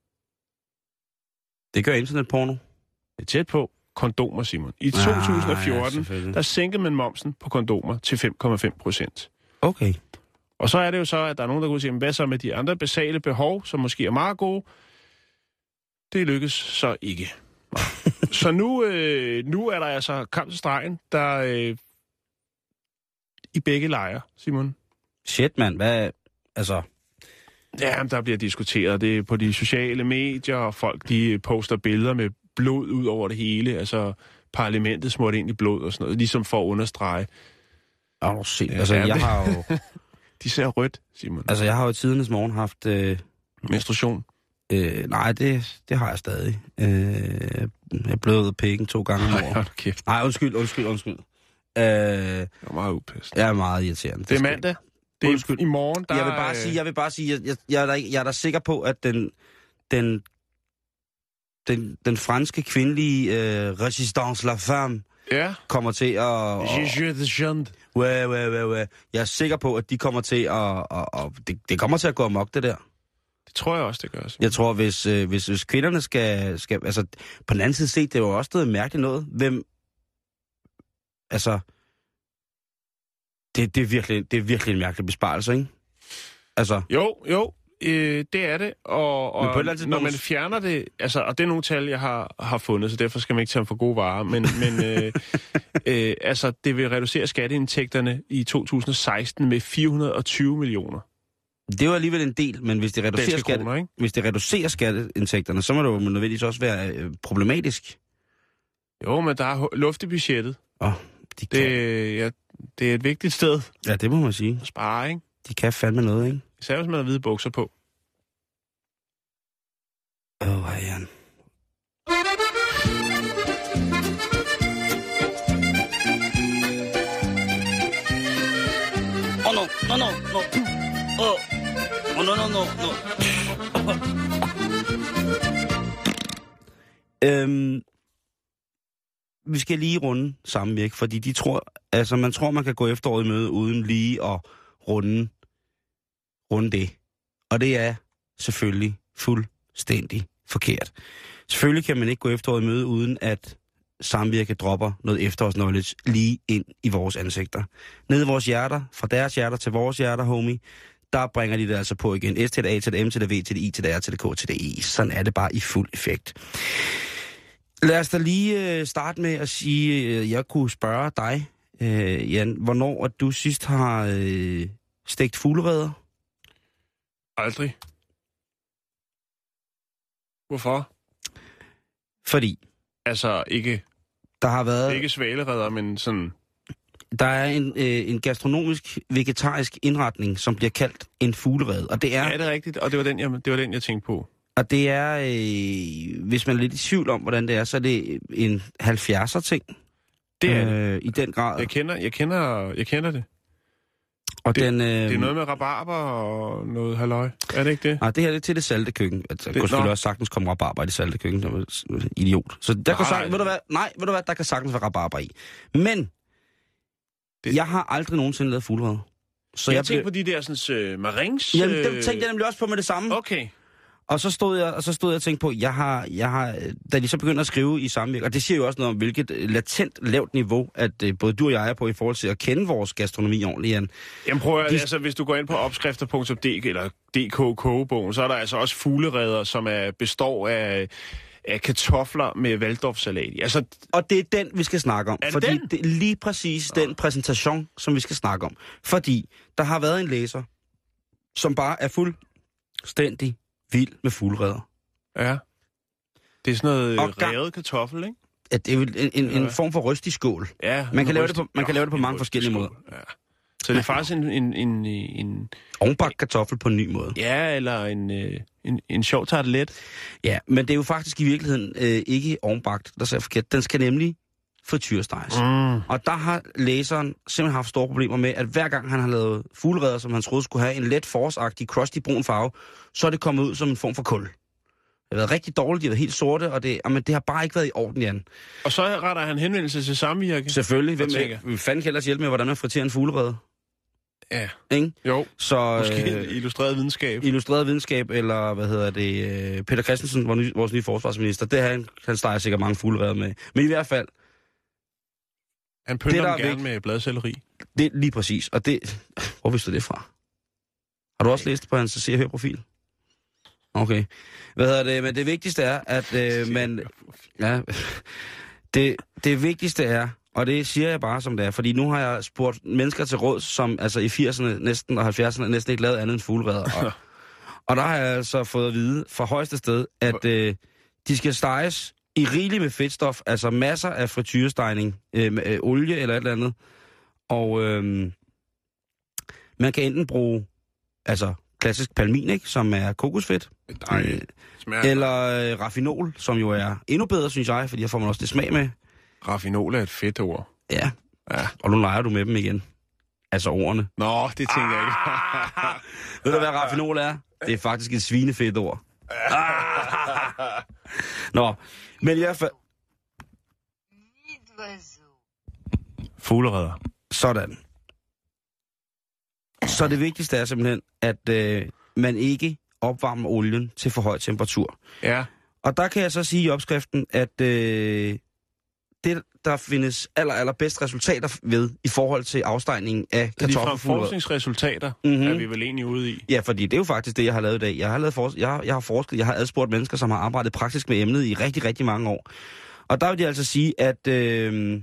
Det gør internetporno. Det er tæt på kondomer, Simon. I to tusind og fjorten, ah, ja, der sænkede man momsen på kondomer til fem komma fem procent. Okay. Og så er det jo så, at der er nogen, der kunne sige, hvad så med de andre basale behov, som måske er meget gode? Det lykkes så ikke. Så nu, øh, nu er der altså kamp til stregen, der øh, i begge lejre, Simon. Shit, mand. Hvad, altså... Ja, der bliver diskuteret det på de sociale medier, og folk de poster billeder med blod ud over det hele. Altså, parlamentet smurt ind i blod og sådan noget, ligesom for at understrege. Ja, du se. Altså, ja, jeg det. har jo... De ser rødt, Simon. Altså, jeg har jo i tidernes morgen haft... Øh... Menstruation? Øh, nej, det, det har jeg stadig. Øh, jeg blødede pikken to gange om året. Nej, nej, undskyld, undskyld, undskyld. Øh, det er meget upæst. Jeg er meget irriterende. Det er mandag. Det er undskyld. I morgen, der... Jeg vil bare sige, jeg vil bare sige, jeg, jeg, jeg, er, der, jeg er da sikker på, at den, den, den, den franske kvindelige øh, Résistance la Femme ja. kommer til at... Og, ouais, ouais, ouais, ouais. Jeg er sikker på, at de kommer til at... Og, og, det, det kommer til at gå amok, det der. Det tror jeg også, det gør. Simpelthen. Jeg tror, hvis, øh, hvis, hvis kvinderne skal, skal... Altså, på den anden side set, det er jo også noget mærkeligt noget. Hvem... Altså... Det, det, er virkelig, det er virkelig en mærkelig besparelse, ikke? Altså... Jo, jo. Øh, det er det. Og, og når tidspunkt... man fjerner det... Altså, og det er nogle tal, jeg har, har fundet, så derfor skal man ikke tage dem for gode varer. Men, men øh, øh, altså, det vil reducere skatteindtægterne i to tusind og seksten med fire hundrede og tyve millioner. Det er jo alligevel en del, men hvis det reducerer, skatte, kroner, hvis det reducerer skatteindtægterne, så må det jo nødvendigvis også være øh, problematisk. Jo, men der er luft i budgettet. Åh, de kan... det, ja, det er et vigtigt sted. Ja, det må man sige. Spare, ikke? De kan fandme noget, ikke? Især hvis man har hvide bukser på. Åh, oh, Jan. Åh, oh, no, no, no, no. Åh, oh, no, no, no, no. øhm, vi skal lige runde samvirke, fordi de tror, altså man tror, man kan gå efteråret i møde uden lige at runde, runde det. Og det er selvfølgelig fuldstændig forkert. Selvfølgelig kan man ikke gå efteråret i møde, uden at samvirke dropper noget efterårsknowledge lige ind i vores ansigter. Nede i vores hjerter, fra deres hjerter til vores hjerter, homie, der bringer de det altså på igen. S til det A, til det M, til det V, til det I, til det R, til det K, til det E. Sådan er det bare i fuld effekt. Lad os da lige øh, starte med at sige, øh, jeg kunne spørge dig, øh, Jan, hvornår at du sidst har øh, stegt fuglereder? Aldrig. Hvorfor? Fordi? Altså ikke... Der har været... Ikke svalereder, men sådan... Der er en, øh, en gastronomisk, vegetarisk indretning, som bliver kaldt en fuglerede. Og det er, ja, det er rigtigt, og det var den, jeg, det var den, jeg tænkte på. Og det er, øh, hvis man er lidt i tvivl om, hvordan det er, så er det en halvfjerdser ting. Det er øh, det. I den grad. Jeg kender, jeg kender, jeg kender det. Og det, den, øh, det er noget med rabarber og noget halløj. Er det ikke det? Nej, det her er til det salte køkken. Altså, der kunne selvfølgelig også sagtens komme rabarber i det salte køkken. Det var idiot. Så der nej, kunne sagtens, ved du hvad, nej, ved du hvad, der kan sagtens være rabarber i. Men det... jeg har aldrig nogensinde lavet fuglerede. Så jeg, jeg tænkte ble... på de der sådan uh, marings... Jamen, dem tænkte jeg nemlig også på med det samme. Okay. Og så stod jeg og så stod jeg og tænkte på, jeg har, jeg har, da de så begynder at skrive i samvirke, og det siger jo også noget om, hvilket latent lavt niveau, at uh, både du og jeg er på i forhold til at kende vores gastronomi ordentligt, Jan. Jamen prøv at, de... altså hvis du går ind på opskrifter punktum d k eller D K kogebogen, så er der altså også fuglereder, som er, består af, af kartofler med Waldorfsalat i. Altså... Og det er den, vi skal snakke om. Er det fordi den? Det er lige præcis den præsentation, som vi skal snakke om. Fordi der har været en læser, som bare er fuldstændig vild med fuglereder. Ja. Det er sådan noget og revet kartoffel, ikke? Ja, det er jo en, en, en form for rystig skål. Ja. Man kan lave det på, man kan lave det på mange forskellige måder. Ja. Så det er faktisk en... en, en, en ovenbagt kartoffel på en ny måde. Ja, eller en, en, en sjov tartelet. Ja, men det er jo faktisk i virkeligheden øh, ikke ovenbagt, der ser forkert. Den skal nemlig frityresteges. Mm. Og der har læseren simpelthen haft store problemer med, at hver gang han har lavet fuglereder, som han troede skulle have en let forårsagtig, crusty brun farve, så er det kommet ud som en form for kul. Det har været rigtig dårligt, de har været helt sorte, og det, jamen, det har bare ikke været i orden, Jan. Og så retter han henvendelse til samvirke? Selvfølgelig. Hvem vil fanden kan ellers hjælpe med, hvordan man friterer en fuglerede? Ja. Ikke? Jo. Så, måske øh, illustreret videnskab. Illustreret videnskab, eller hvad hedder det, øh, Peter Christensen, vores nye, vores nye forsvarsminister, det har han, han steger sikkert mange fuglereder med. Men i hvert fald... Han pynter dem gerne med bladcelleri. Det er lige præcis, og det... Hvor vidste du det fra? Har du også læst på hans Se og Hør profil? Okay. Hvad hedder det? Men det vigtigste er, at øh, man... Ja, det, det vigtigste er, og det siger jeg bare som det er, fordi nu har jeg spurgt mennesker til råd, som altså i firserne næsten og halvfjerdserne næsten ikke lavede andet end fuglereder. Og, og der har jeg altså fået at vide fra højeste sted, at øh, de skal steges i rigeligt med fedtstof, altså masser af frityrestegning, øh, med øh, olie eller et eller andet. Og øh, man kan enten bruge altså klassisk palmin, ikke, som er kokosfedt. Øh, eller øh, raffinol, som jo er endnu bedre, synes jeg, fordi her får man også det smag med. Raffinol er et fedt ord. Ja. Ja. Og nu leger du med dem igen. Altså ordene. Nå, det tænker ah! jeg ikke. Ved du, hvad raffinol er? Det er faktisk et svinefedt ord. Nå, men i hvert fald... Fuglereder. Sådan. Så det vigtigste er simpelthen, at øh, man ikke opvarmer olien til for høj temperatur. Ja. Og der kan jeg så sige i opskriften, at øh, det, der findes aller, aller bedst resultater ved i forhold til afstegningen af kartoffelfuglereder. Fra forskningsresultater mm-hmm. er vi vel egentlig ude i. Ja, fordi det er jo faktisk det, jeg har lavet i dag. Jeg har, lavet for, jeg, har, jeg har forsket, jeg har adspurgt mennesker, som har arbejdet praktisk med emnet i rigtig, rigtig mange år. Og der vil de altså sige, at øh, det,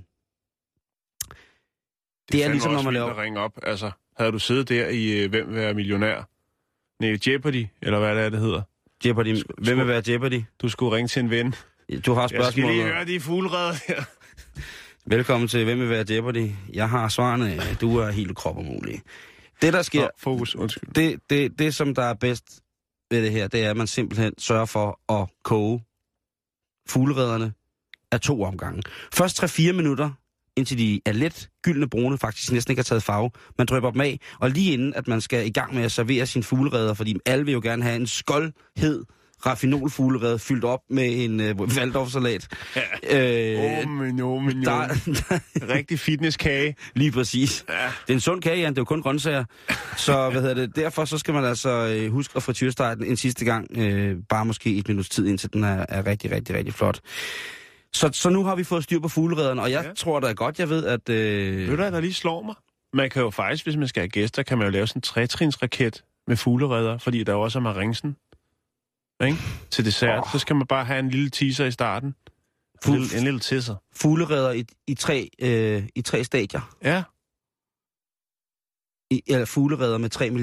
det er ligesom, når man laver... ringe op. Altså, havde du siddet der i Hvem vil være millionær? Nej, Jeopardy, eller hvad det er, det hedder? Jeopardy. Hvem vil være Jeopardy? Du skulle ringe til en ven. Du har spørgsmål. Jeg skal lige høre de fuglereder her. Velkommen til Hvem vil være Jeopardy? Jeg har svarene. Du er helt krop og mulig. Det, der sker... Nå, fokus, undskyld. Det, det, det, som der er bedst ved det her, det er, at man simpelthen sørger for at koge fuglerederne af to omgange. Først tre fire minutter, indtil de er let gyldne brune, faktisk næsten ikke har taget farve. Man drypper dem af, og lige inden, at man skal i gang med at servere sine fuglereder, fordi alle vil jo gerne have en skoldhed raffinolfuglerede fyldt op med en øh, Waldorfsalat. Ja. Øh, oh, men jo, men jo. Der, rigtig fitnesskage. Lige præcis. Ja. Det er en sund kage, Jan. Det er jo kun grøntsager. Så hvad hedder det? Derfor så skal man altså øh, huske at frityrestege den en sidste gang. Øh, bare måske et minuts tid, indtil den er, er rigtig, rigtig, rigtig flot. Så, så nu har vi fået styr på fuglerederne, og jeg ja. tror da godt, jeg ved, at... Øh... Ved du hvad, der lige slår mig? Man kan jo faktisk, hvis man skal have gæster, kan man jo lave sådan en tretrinsraket med fuglereder, fordi der også er maringsen. Ikke? Til dessert. Oh. Så skal man bare have en lille teaser i starten. En lille, en lille tisser. Fuglereder i, i, tre, øh, i tre stadier. Ja. I, eller fuglereder med tre miljøer.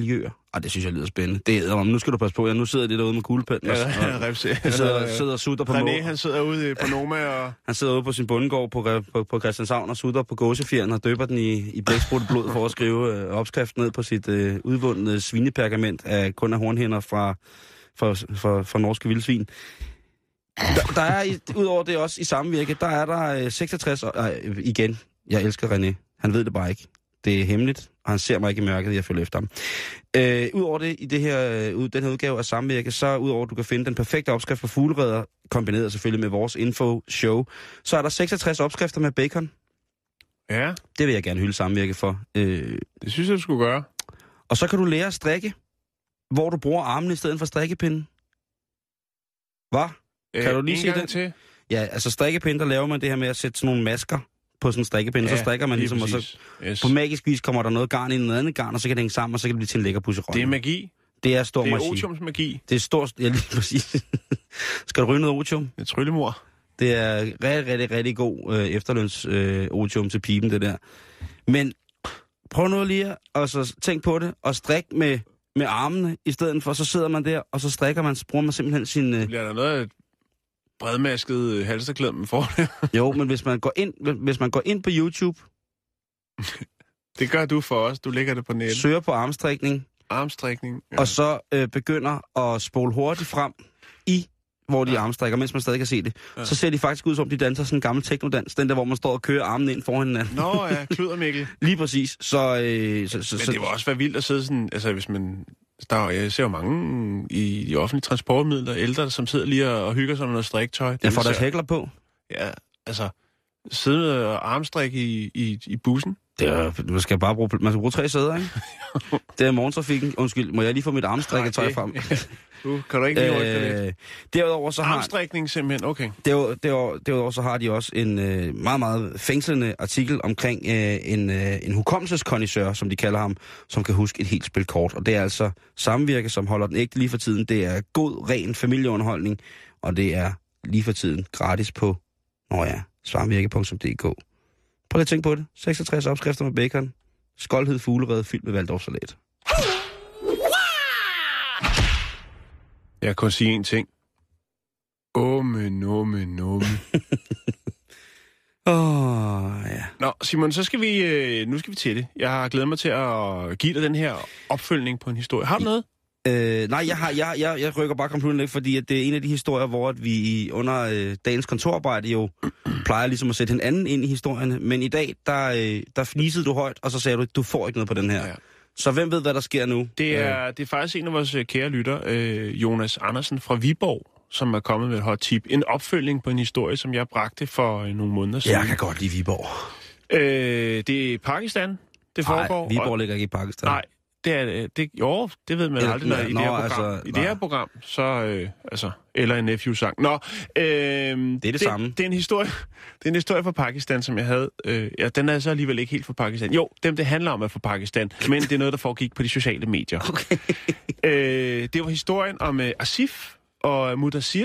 Ah, det synes jeg lyder spændende. Det er, nu skal du passe på, ja, nu sidder det derude med kuglepinden. Ja, og, og, og sidder, sidder og sutter på René, må. han sidder ude på Noma og... Han sidder ude på sin bondegård på, på, på Christianshavn og sutter på gåsefjeren og døber den i, i blæksprutte blod for at skrive øh, opskrift ned på sit øh, udvundne svinepergament af kun af hornhænder fra, fra, fra, fra norske vildsvin. Der, der er, udover det også i samvirke, der er der øh, seksogtres... Øh, igen, jeg elsker René. Han ved det bare ikke. Det er hemmeligt, og han ser mig ikke i mørket, jeg følger efter ham. Øh, Udover det, i det her, uh, den her udgave af Samvirke, så udover at du kan finde den perfekte opskrift for fuglereder, kombineret selvfølgelig med vores info-show, så er der seksogtres opskrifter med bacon. Ja. Det vil jeg gerne hylde Samvirke for. Øh, Det synes jeg, du skulle gøre. og så kan du lære at strikke, hvor du bruger armene i stedet for strikkepinden. Hvad? Kan Øh, du lige en sige gang det? til? Ja, altså strikkepinde, der laver man det her med at sætte sådan nogle masker på sådan en strikkepinde, ja, så strikker man ligesom, og så yes. på magisk vis kommer der noget garn ind i noget andet garn, og så kan det hænge sammen, og så kan det blive til en lækker pusserømme. Det er magi. Det er stor Det er magi. otiums magi. Det er stort, ja lige præcis. Skal du ryge noget otium? Det er tryllemor. Det er rigtig, rigtig, rigtig god øh, efterløns øh, otium til pipen, det der. Men prøv nu lige at så tænk på det, og strik med, med armene i stedet for, så sidder man der, og så strikker man, så bruger man simpelthen sin... Øh... Bliver der noget af et bredmasket halsterklæde, man får det? Jo, men hvis man går ind, hvis man går ind på YouTube... Det gør du for os. Du lægger det på nettet. Søger på armstrikning. Armstrækning. Ja. Og så øh, begynder at spole hurtigt frem i, hvor de ja. armstrækker, mens man stadig kan se det. Ja. Så ser de faktisk ud som, de danser sådan en gammel teknodans. Den der, hvor man står og kører armen ind foran hinanden. Nå ja, kluder Mikkel. Lige præcis. Så, øh, så, så, Men det var også være vildt at sidde sådan, altså hvis man... Der, jeg ser jo mange i de offentlige transportmidler, ældre, som sidder lige og, og hygger sig med noget striktøj. Jeg får deres hækler på. Ja, altså sidde og armstrik i, i, i bussen. Det er, man skal bare bruge, man skal bruge tre sæder, ikke? Det er morgentrafikken. Undskyld, må jeg lige få mit armstrikketøj frem? Uh, kan du ikke lige rykke det lidt? Derudover så har... Armstrækning simpelthen, okay. Derudover, derudover, derudover så har de også en øh, meget, meget fængslende artikel omkring øh, en, øh, en hukommelseskondisør, som de kalder ham, som kan huske et helt spil kort. Og det er altså Samvirke, som holder den ægte lige for tiden. Det er god, ren familieunderholdning, og det er lige for tiden gratis på, nå ja, samvirke punktum d k. Prøv lige at tænke på det. seksogtres opskrifter med bacon. Skoldhed fuglerede fyldt med Waldorfsalat. Jeg kan kun sige en ting. Åmen, åmen, åmen. Åh, oh, ja. Nå, Simon, så skal vi, øh, nu skal vi til det. Jeg har glædet mig til at give dig den her opfølgning på en historie. Har du noget? Øh, nej, jeg, har, jeg, jeg, jeg rykker bare computeren lidt, fordi at det er en af de historier, hvor vi under øh, dagens kontorarbejde jo plejer ligesom at sætte hinanden ind i historierne. Men i dag, der, øh, der fnisede du højt, og så sagde du, du får ikke noget på den her. Ja. Så hvem ved, hvad der sker nu? Det er, det er faktisk en af vores kære lytter, øh, Jonas Andersen fra Viborg, som er kommet med et hot tip. En opfølgning på en historie, som jeg bragte for øh, nogle måneder siden. Jeg kan godt lide Viborg. Øh, det er Pakistan, det foregår. Nej, Viborg og, ligger ikke i Pakistan. Nej, det er det. Jo, det ved man eller, aldrig, når i, nå, det her program, altså, i det her program. Så, øh, altså, eller en nephew-sang. Nå, øh, det er det, det samme. Det er en historie, det er en historie fra Pakistan, som jeg havde. Øh, ja, den er så alligevel ikke helt fra Pakistan. Jo, dem det handler om er fra Pakistan, men det er noget, der foregik på de sociale medier. Okay. øh, det var historien om øh, Asif og Mudassir.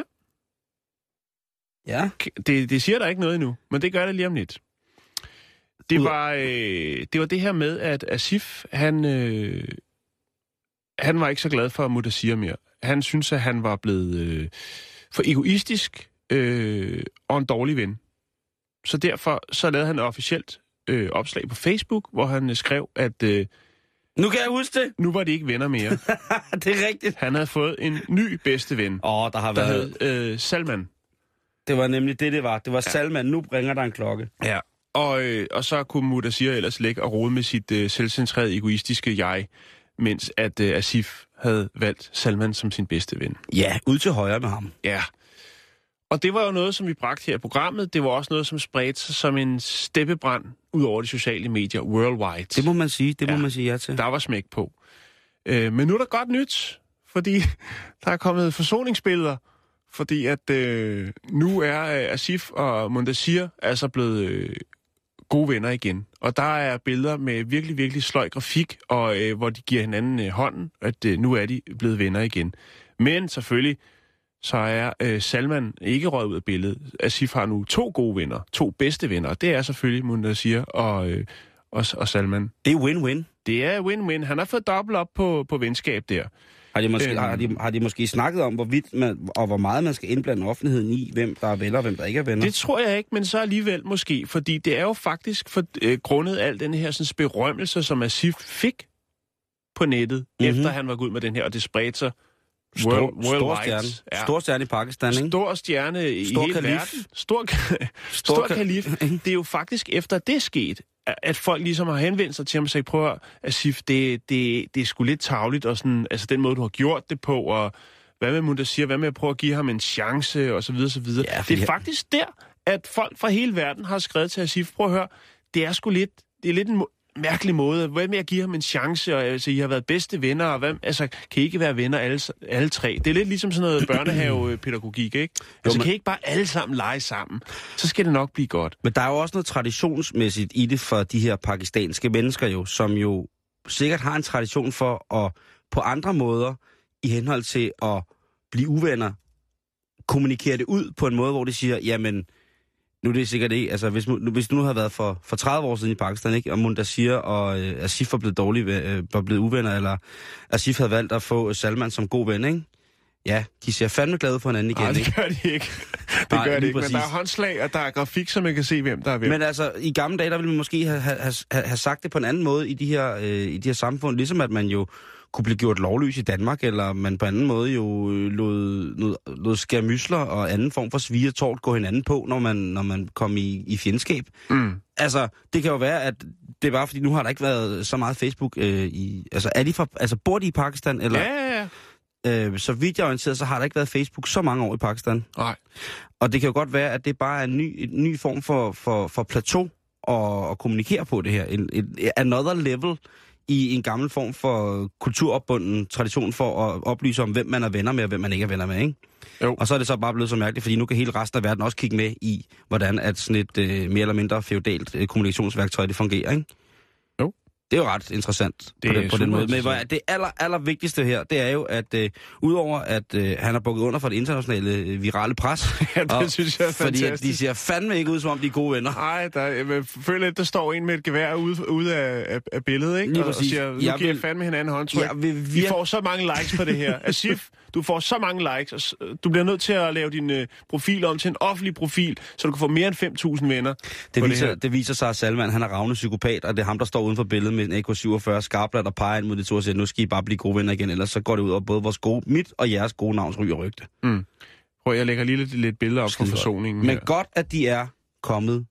Ja. Det, det siger der ikke noget endnu, men det gør det lige om lidt. Det var, øh, det var det her med, at Asif, han, øh, han var ikke så glad for Mudassir mere. Han synes, at han var blevet øh, for egoistisk øh, og en dårlig ven. Så derfor så lavede han et officielt øh, opslag på Facebook, hvor han øh, skrev, at øh, nu kan jeg huske det. Nu var de ikke venner mere. Det er rigtigt. Han havde fået en ny bedste ven. Åh, der har der været... hed øh, Salman. Det var nemlig det, det var. Det var ja. Salman. Nu ringer der en klokke. Ja. Og, øh, og så kunne Mudassir ellers ligge og rode med sit øh, selvcentrerede, egoistiske jeg, mens at øh, Asif havde valgt Salman som sin bedste ven. Ja, ud til højre med ham. Ja. Og det var jo noget, som vi bragte her i programmet. Det var også noget, som spredte sig som en steppebrand ud over de sociale medier worldwide. Det må man sige. Det ja. må man sige ja til. Der var smæk på. Øh, men nu er der godt nyt, fordi der er kommet forsoningsbilleder. Fordi at øh, nu er øh, Asif og Mudassir altså blevet øh, gode venner igen. Og der er billeder med virkelig, virkelig sløj grafik, og øh, hvor de giver hinanden øh, hånden, at øh, nu er de blevet venner igen. Men selvfølgelig, så er øh, Salman ikke røget ud af billedet. Asif har nu to gode venner, to bedste venner, og det er selvfølgelig Mudassir og, øh, og, og Salman. Det er win-win. Det er win-win. Han har fået dobbelt op på, på venskab der. Har de, måske, øhm, har, de, har de måske snakket om, hvorvidt man, og hvor meget man skal indblande offentligheden i, hvem der er venner og hvem der ikke er venner? Det tror jeg ikke, men så alligevel måske, fordi det er jo faktisk for, øh, grundet al den her sådan, berømmelse, som Asif fik på nettet, mm-hmm. efter han var gået ud med den her, og det spredte sig. Stor, world, stor stjerne. Ja. Stor stjerne i Pakistan, ikke? Stor stjerne i stor hele kalif. verden. Stor, stor, stor kalif. Det er jo faktisk efter det skete, at folk ligesom har henvendt sig til ham og sagt, prøv at Asif, det, det, det er sgu lidt tarveligt, og sådan, altså den måde, du har gjort det på, og hvad med Munter siger, hvad med at prøve at give ham en chance, og så videre, så videre. Ja, det er faktisk der, at folk fra hele verden har skrevet til Asif, prøv at høre, det er sgu lidt, det er lidt en mærkelig måde. Hvad med at give ham en chance? Og, altså, I har været bedste venner, og hvad, altså, kan I ikke være venner alle, alle tre? Det er lidt ligesom sådan noget børnehavepædagogik, ikke? Altså, jo, men... kan I ikke bare alle sammen lege sammen? Så skal det nok blive godt. Men der er jo også noget traditionsmæssigt i det for de her pakistanske mennesker jo, som jo sikkert har en tradition for at på andre måder, i henhold til at blive uvenner, kommunikere det ud på en måde, hvor de siger, jamen, nu er det sikkert ikke, altså hvis, nu, hvis du nu havde været for, for tredive år siden i Pakistan, ikke, og Munter siger, og øh, Asif var blevet dårlig, øh, var blevet uvenner, eller Asif havde valgt at få Salman som god ven, ikke? Ja, de ser fandme glade for hinanden igen, Nej, det ikke? gør de ikke. Det Nej, gør de ikke, præcis. men der er håndslag, og der er grafik, så man kan se, hvem der er hvem. Men altså, i gamle dage, der ville man måske have, have, have, have sagt det på en anden måde i de her, øh, i de her samfund, ligesom at man jo kunne blive gjort lovløs i Danmark, eller man på anden måde jo lod, lod, lod skærmysler og anden form for svige og tort gå hinanden på, når man, når man kom i, i fjendskab. Mm. Altså, det kan jo være, at det er bare fordi, nu har der ikke været så meget Facebook øh, i... Altså, er de fra, altså, bor de i Pakistan? Eller? Ja, ja, ja. Øh, så vidt jeg er orienteret, så har der ikke været Facebook så mange år i Pakistan. Nej. Og det kan jo godt være, at det bare er en ny, en ny form for, for, for plateau at, at kommunikere på det her. En, en, another level i en gammel form for kulturopbunden tradition for at oplyse om, hvem man er venner med, og hvem man ikke er venner med, ikke? Jo. Og så er det så bare blevet så mærkeligt, fordi nu kan hele resten af verden også kigge med i, hvordan at sådan et øh, mere eller mindre feudalt øh, kommunikationsværktøj, det fungerer, ikke? Jo. Det er jo ret interessant på den, på den måde. Men hvad, det aller, aller vigtigste her, det er jo, at øh, udover at øh, han har bukket under for det internationale øh, virale pres, ja, det og, synes jeg er fordi fantastisk. de ser fandme ikke ud, som om de er gode venner. Nej, der, jeg føler, at der står en med et gevær ude, ude af, af, af billedet, ikke? Lige og, og siger, nu jeg giver vil, jeg fandme hinanden håndtryk. Jeg vil virke... Vi får så mange likes på det her. Asif, du får så mange likes, og du bliver nødt til at lave din uh, profil om til en offentlig profil, så du kan få mere end fem tusind venner. Det viser, det, det viser sig, at Salman, han er ravne psykopat, og det er ham, der står uden for billedet med en A K syvogfyrre skarplat og peger ind mod de to og siger, nu skal I bare blive gode venner igen, ellers så går det ud over både vores gode, mit og jeres gode navns ry og rygte. Mm. Prøv, jeg lægger lige lidt, lidt billeder op fra forsoningen. Men her. Godt, at de er kommet,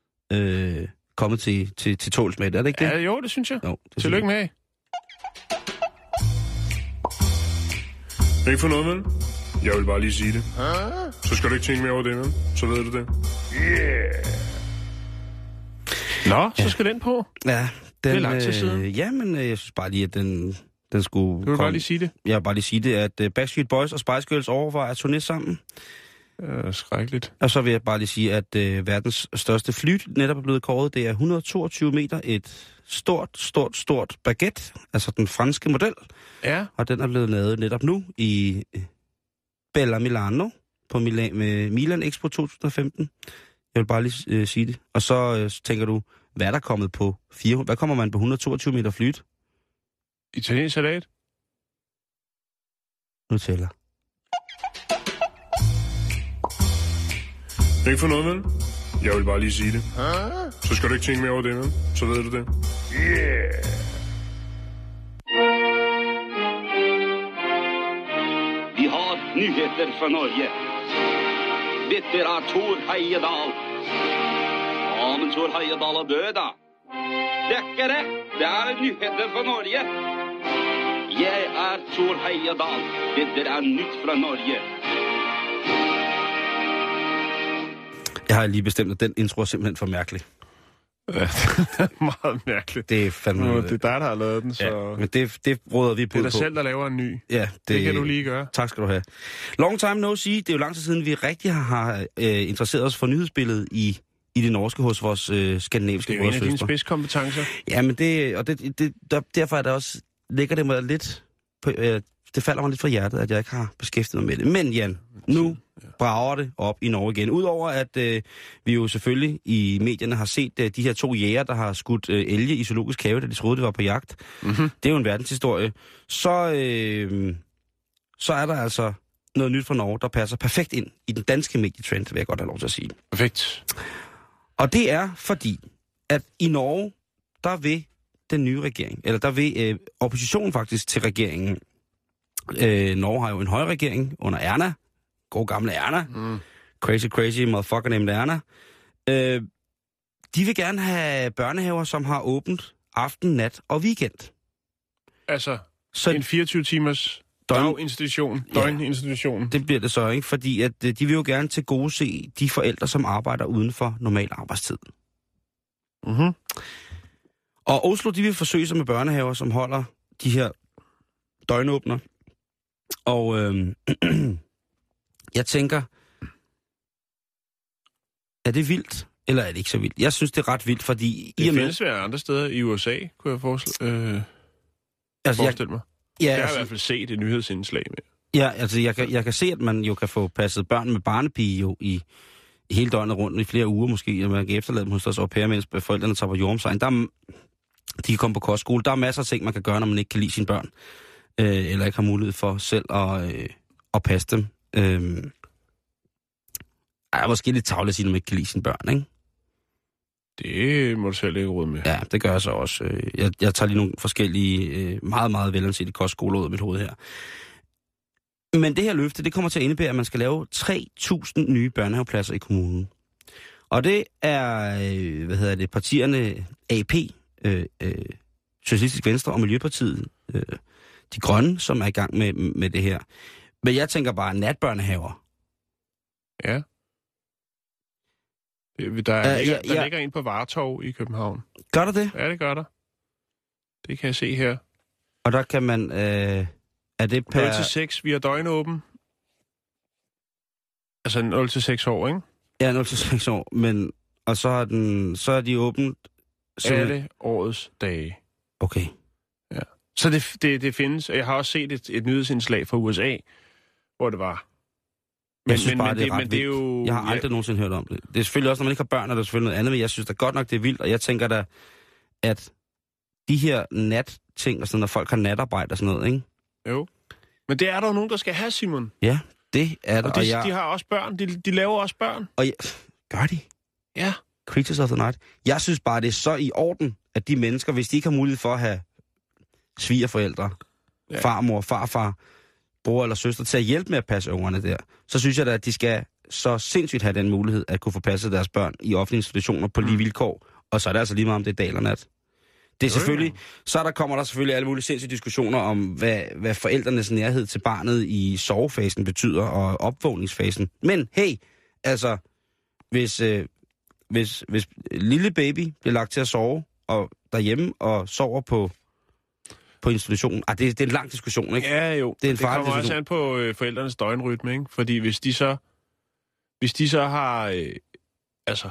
øh, kommet til, til, til tåls med det, er det ikke det? Ja, jo, det synes jeg. Jo, det Tillykke med. Ikke for noget, vel? Jeg vil bare lige sige det. Så skal du ikke tænke mere over det, vel? Så ved du det. Yeah! Nå, så ja. skal den på. Ja, den, det er lang tid siden. Øh, ja, men øh, jeg synes bare lige, at den, den skulle Du vil komme. Bare lige sige det. Jeg vil bare lige sige det, at uh, Backstreet Boys og Spice Girls overvejer at turné sammen. Øh, skrækkeligt. Og så vil jeg bare lige sige, at uh, verdens største fly netop er blevet kåret. Det er et hundrede og toogtyve meter, et stort, stort, stort baguette, altså den franske model. Ja. Og den er blevet lavet netop nu i Bella Milano på Milan, med Milan Expo to tusind og femten. Jeg vil bare lige uh, sige det. Og så uh, tænker du, hvad er der kommet på fire hundrede? Hvad kommer man på et hundrede og toogtyve meter flyet? Italiensk salat? Nu tæller. Ikke for noget, vel? Jeg vil bare lige sige det. Så skal du ikke tænke mere over det, vel? Så ved du det. Yeah! Vi har nyheter fra Norge. Dette er Thor Heyerdahl. Ja, men Thor Heyerdahl er død, da. Det er ikke det. Det er nyheter fra Norge. Jeg er Thor Heyerdahl. Dette er nyt fra Norge. Jeg har lige bestemt, at den intro er simpelthen for mærkelig. Ja, det er meget mærkeligt. Det er fandme... Nå, det er dig, der har lavet den, så... Ja, men det, det råder vi på. Det er dig selv, der laver en ny. Ja, det, det kan du lige gøre. Tak skal du have. Long time no see. Det er jo lang tid siden, vi rigtig har, har øh, interesseret os for nyhedsbilledet i, i det norske hos vores øh, skandinaviske brødsøstre. Det er jo en af dine spidskompetencer. Ja, men det... Og det, det der, derfor er det også... Ligger det mig lidt... På, øh, det falder mig lidt fra hjertet, at jeg ikke har beskæftiget mig med det. Men Jan, nu brager det op i Norge igen. Udover at øh, vi jo selvfølgelig i medierne har set øh, de her to jæger, der har skudt øh, elge i zoologisk have, da de troede, det var på jagt. Mm-hmm. Det er jo en verdenshistorie. Så, øh, så er der altså noget nyt fra Norge, der passer perfekt ind i den danske medietrend, vil jeg godt have lov til at sige. Perfekt. Og det er fordi, at i Norge, der vil den nye regering, eller der vil øh, oppositionen faktisk til regeringen. Øh, Norge har jo en højre regering under Erna. God gamle Erna. Mm. Crazy, crazy motherfucker named Erna. Øh, de vil gerne have børnehaver, som har åbent aften, nat og weekend. Altså, så en fireogtyve timers daginstitution, døgninstitution. Ja, det bliver det så, ikke? Fordi at, de vil jo gerne til gode se de forældre, som arbejder uden for normal arbejdstid. Mhm. Og Oslo, de vil forsøge sig med børnehaver, som holder de her døgnåbner. Og øh, jeg tænker, er det vildt, eller er det ikke så vildt? Jeg synes, det er ret vildt, fordi... Det i og med, findes være andre steder i U S A, kunne jeg forestille, øh, altså, forestille mig. Ja, jeg har altså, i hvert fald set et nyhedsindslag med. Ja, altså jeg kan, jeg kan se, at man jo kan få passet børn med barnepige jo i, i hele døgnet rundt, i flere uger måske, og man kan efterlade dem hos deres au pair, mens forældrene tager på jordomsejren. Der er, de kan komme på kostskole. Der er masser af ting, man kan gøre, når man ikke kan lide sine børn, øh, eller ikke har mulighed for selv at, øh, at passe dem. Øh, ej, måske lidt tavligt at sige, når man ikke kan lide sine børn, ikke? Det må du selv ikke råd med. Ja, det gør jeg så også. Jeg, jeg tager lige nogle forskellige, meget, meget velansete kostskoler ud af mit hoved her. Men det her løfte, det kommer til at indebære, at man skal lave tre tusind nye børnehavepladser i kommunen. Og det er, hvad hedder det, partierne A P, øh, øh, Socialistisk Venstre og Miljøpartiet, øh, De Grønne, som er i gang med, med det her. Men jeg tænker bare natbørnehaver. Ja. Der, er, uh, ligger, ja, der ja. ligger en på Vartov i København. Gør der det? Ja, det gør der. Det kan jeg se her. Og der kan man... Øh, er det per... nul til seks, vi har døgnåben. Altså nul til seks år, ikke? Ja, nul til seks år, men... Og så er, den, så er de åbent... Alle årets dage. Okay. Ja. Så det, det, det findes. Jeg har også set et, et nyhedsindslag fra U S A, hvor det var... Men, jeg synes men, bare, men, det er ret men det er jo... Jeg har aldrig ja. nogensinde hørt om det. Det er selvfølgelig også, når man ikke har børn, og der er selvfølgelig noget andet, men jeg synes da godt nok, det er vildt, og jeg tænker da, at de her natting, og sådan, når folk har natarbejde og sådan noget, ikke? Jo. Men det er der jo nogen, der skal have, Simon. Ja, det er der. Og, de, og jeg... de har også børn. De, de laver også børn. Og jeg... Gør de? Ja. Creatures of the Night. Jeg synes bare, det er så i orden, at de mennesker, hvis de ikke har mulighed for at have svigerforældre, ja. farmor, farfar, bror eller søster til at hjælpe med at passe ungerne der, så synes jeg da, at de skal så sindssygt have den mulighed at kunne få passet deres børn i offentlige institutioner på lige vilkår. Og så er det altså lige meget om det er dag eller nat. Det er selvfølgelig, så der kommer der selvfølgelig alle mulige sindssyge diskussioner om, hvad, hvad forældrenes nærhed til barnet i sovefasen betyder, og opvågningsfasen. Men hey, altså, hvis, øh, hvis, hvis lille baby bliver lagt til at sove og derhjemme og sover på på institutionen. Ah, det, det er en lang diskussion, ikke? Ja, jo. Det, er en det kommer også an på øh, forældrenes døgnrytme, ikke? Fordi hvis de så, hvis de så har, øh, altså,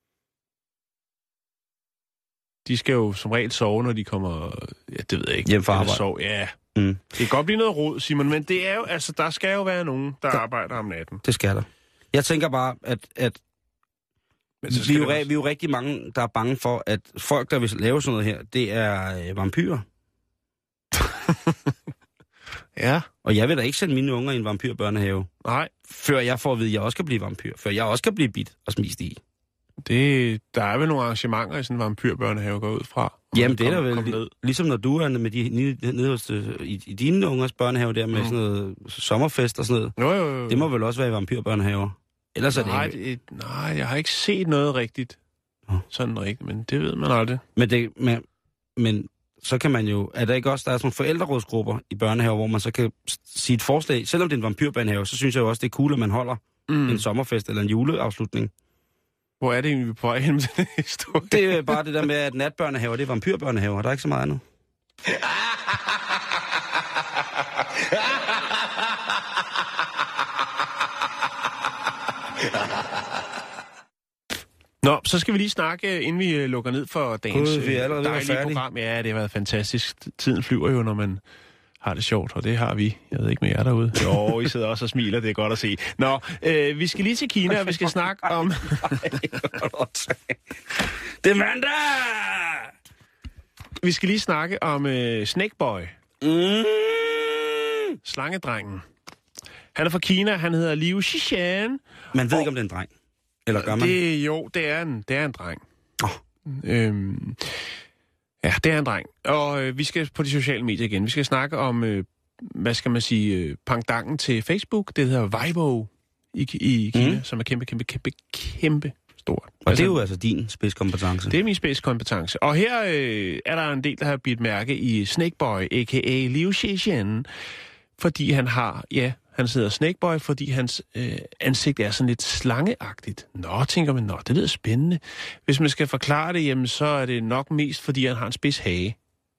de skal jo som regel sove, når de kommer, ja, det ved jeg ikke. Hjem fra arbejde. Sove, ja. Mm. Det kan godt blive noget rod, Simon, men det er jo, altså, der skal jo være nogen, der, der arbejder om natten. Det skal der. Jeg tænker bare, at, at vi, er jo, vi er jo rigtig mange, der er bange for, at folk, der vil lave sådan noget her, det er øh, vampyrer. Ja. Og jeg vil da ikke sende mine unger i en vampyrbørnehave. Nej. Før jeg får at vide, at jeg også kan blive vampyr. Før jeg også kan blive bidt og smist i. Det, der er vel nogle arrangementer i sådan en vampyrbørnehave, går ud fra. Jamen det er der vel. Lig, ligesom når du er med de, nede hos, i, i dine ungers børnehave der med mm. sådan noget sommerfest og sådan noget. Jo, jo, jo. Det må vel også være i vampyrbørnehaver. Ellers nej, er det ikke. Det, nej, jeg har ikke set noget rigtigt. Oh. Sådan rigtigt, men det ved man aldrig. Men det... Men, men så kan man jo... Er der ikke også... Der er sådan nogle forældrerådsgrupper i børnehaver, hvor man så kan sige et forslag. Selvom det er en vampyrbørnehave, så synes jeg jo også, det er cool, at man holder mm. en sommerfest eller en juleafslutning. Hvor er det egentlig, vi er på vej hen med den historie? Det er bare det der med, at natbørnehaver, det er vampyrbørnehaver. Der er ikke så meget andet. Nå, så skal vi lige snakke, inden vi lukker ned for dagens God, vi er dejlige program. Ja, det har været fantastisk. Tiden flyver jo, når man har det sjovt, og det har vi. Jeg ved ikke med jer derude. Jo, I sidder også og smiler, det er godt at se. Nå, øh, vi skal lige til Kina, og vi skal snakke om... Det er mandag! Vi skal lige snakke om øh, Snakeboy. Mm. Slangedrengen. Han er fra Kina, han hedder Liu Xishan. Man ved og... ikke, om det er en dreng. Eller gør man? Det, jo, det er en, det er en dreng. Oh. Øhm, ja, det er en dreng. Og øh, vi skal på de sociale medier igen. Vi skal snakke om, øh, hvad skal man sige, øh, pangdangen til Facebook. Det hedder Weibo i, i Kina, mm. som er kæmpe, kæmpe, kæmpe, kæmpe stort. Og altså, det er jo altså din spidskompetence. Det er min spidskompetence. Og her øh, er der en del, der har bidt mærke i Snakeboy, a k a. Liu Xishan, fordi han har, ja, han hedder Snakeboy, fordi hans øh, ansigt er sådan lidt slangeagtigt. Nå, tænker man, nå, det lyder spændende. Hvis man skal forklare det, jamen, så er det nok mest, fordi han har en spids hage.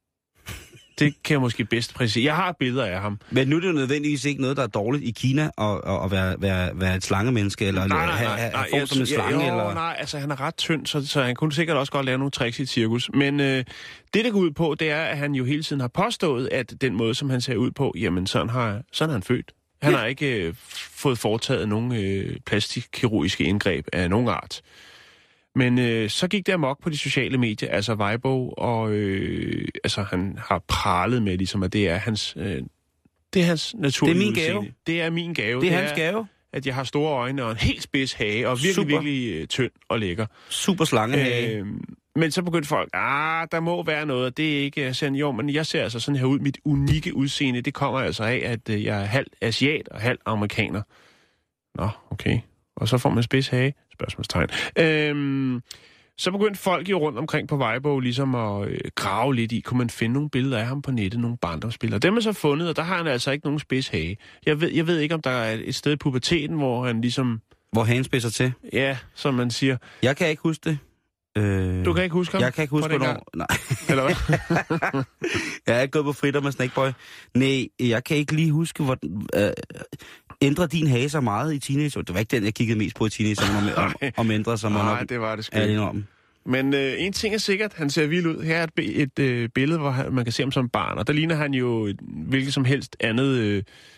Det kan jeg måske bedst præcisere. Jeg har billeder af ham. Men nu er det jo nødvendigvis ikke noget, der er dårligt i Kina, at, at være, være, være et slangemenneske, eller nej, nej, have, nej, have nej, form som en slange? Ja, jo, eller? nej, altså han er ret tynd, så, så han kunne sikkert også godt lave nogle tricks i cirkus. Men øh, det, der går ud på, det er, at han jo hele tiden har påstået, at den måde, som han ser ud på, jamen sådan har, sådan er han født. Han ja. har ikke øh, fået foretaget nogen øh, plastikkirurgiske indgreb af nogen art. Men øh, så gik det amok på de sociale medier, altså Weibo, og øh, altså, han har pralet med, ligesom, at det er hans, øh, det er hans naturlige Det er min udseende. gave. Det er min gave. Det er hans gave. At jeg har store øjne og en helt spids hage, og virkelig, Super. virkelig øh, tynd og lækker. Super slangehage. Øh, men så begyndte folk, ah, der må være noget, og det er ikke sådan, jo, men jeg ser altså sådan her ud. Mit unikke udseende, det kommer altså af, at øh, jeg er halv asiat og halv amerikaner. Nå, okay. Og så får man spids hage? Spørgsmålstegn. Øhm, så begyndte folk jo rundt omkring på Weibo ligesom at øh, grave lidt i, kunne man finde nogle billeder af ham på nettet, nogle barndomsbilleder. Dem er så fundet, og der har han altså ikke nogen spids hage. Jeg ved, jeg ved ikke, om der er et sted i puberteten, hvor han ligesom... Hvor hagen spidser til? Ja, som man siger. Jeg kan ikke huske det. Øh... Du kan ikke huske ham? Jeg kan ikke huske, hvornår... Nej. Eller hvad? Jeg er ikke gået på fritter med Snakeboy. Nej, jeg kan ikke lige huske, hvor... Øh... Ændrer din hage så meget i teenager? Det var ikke den, jeg kiggede mest på i teenager, om, om, om ændrer sig. Nej, det var det sgu ikke. Men øh, en ting er sikkert, han ser vild ud. Her er et, et øh, billede, hvor han, man kan se ham som barn, og der ligner han jo et, hvilket som helst andet øh,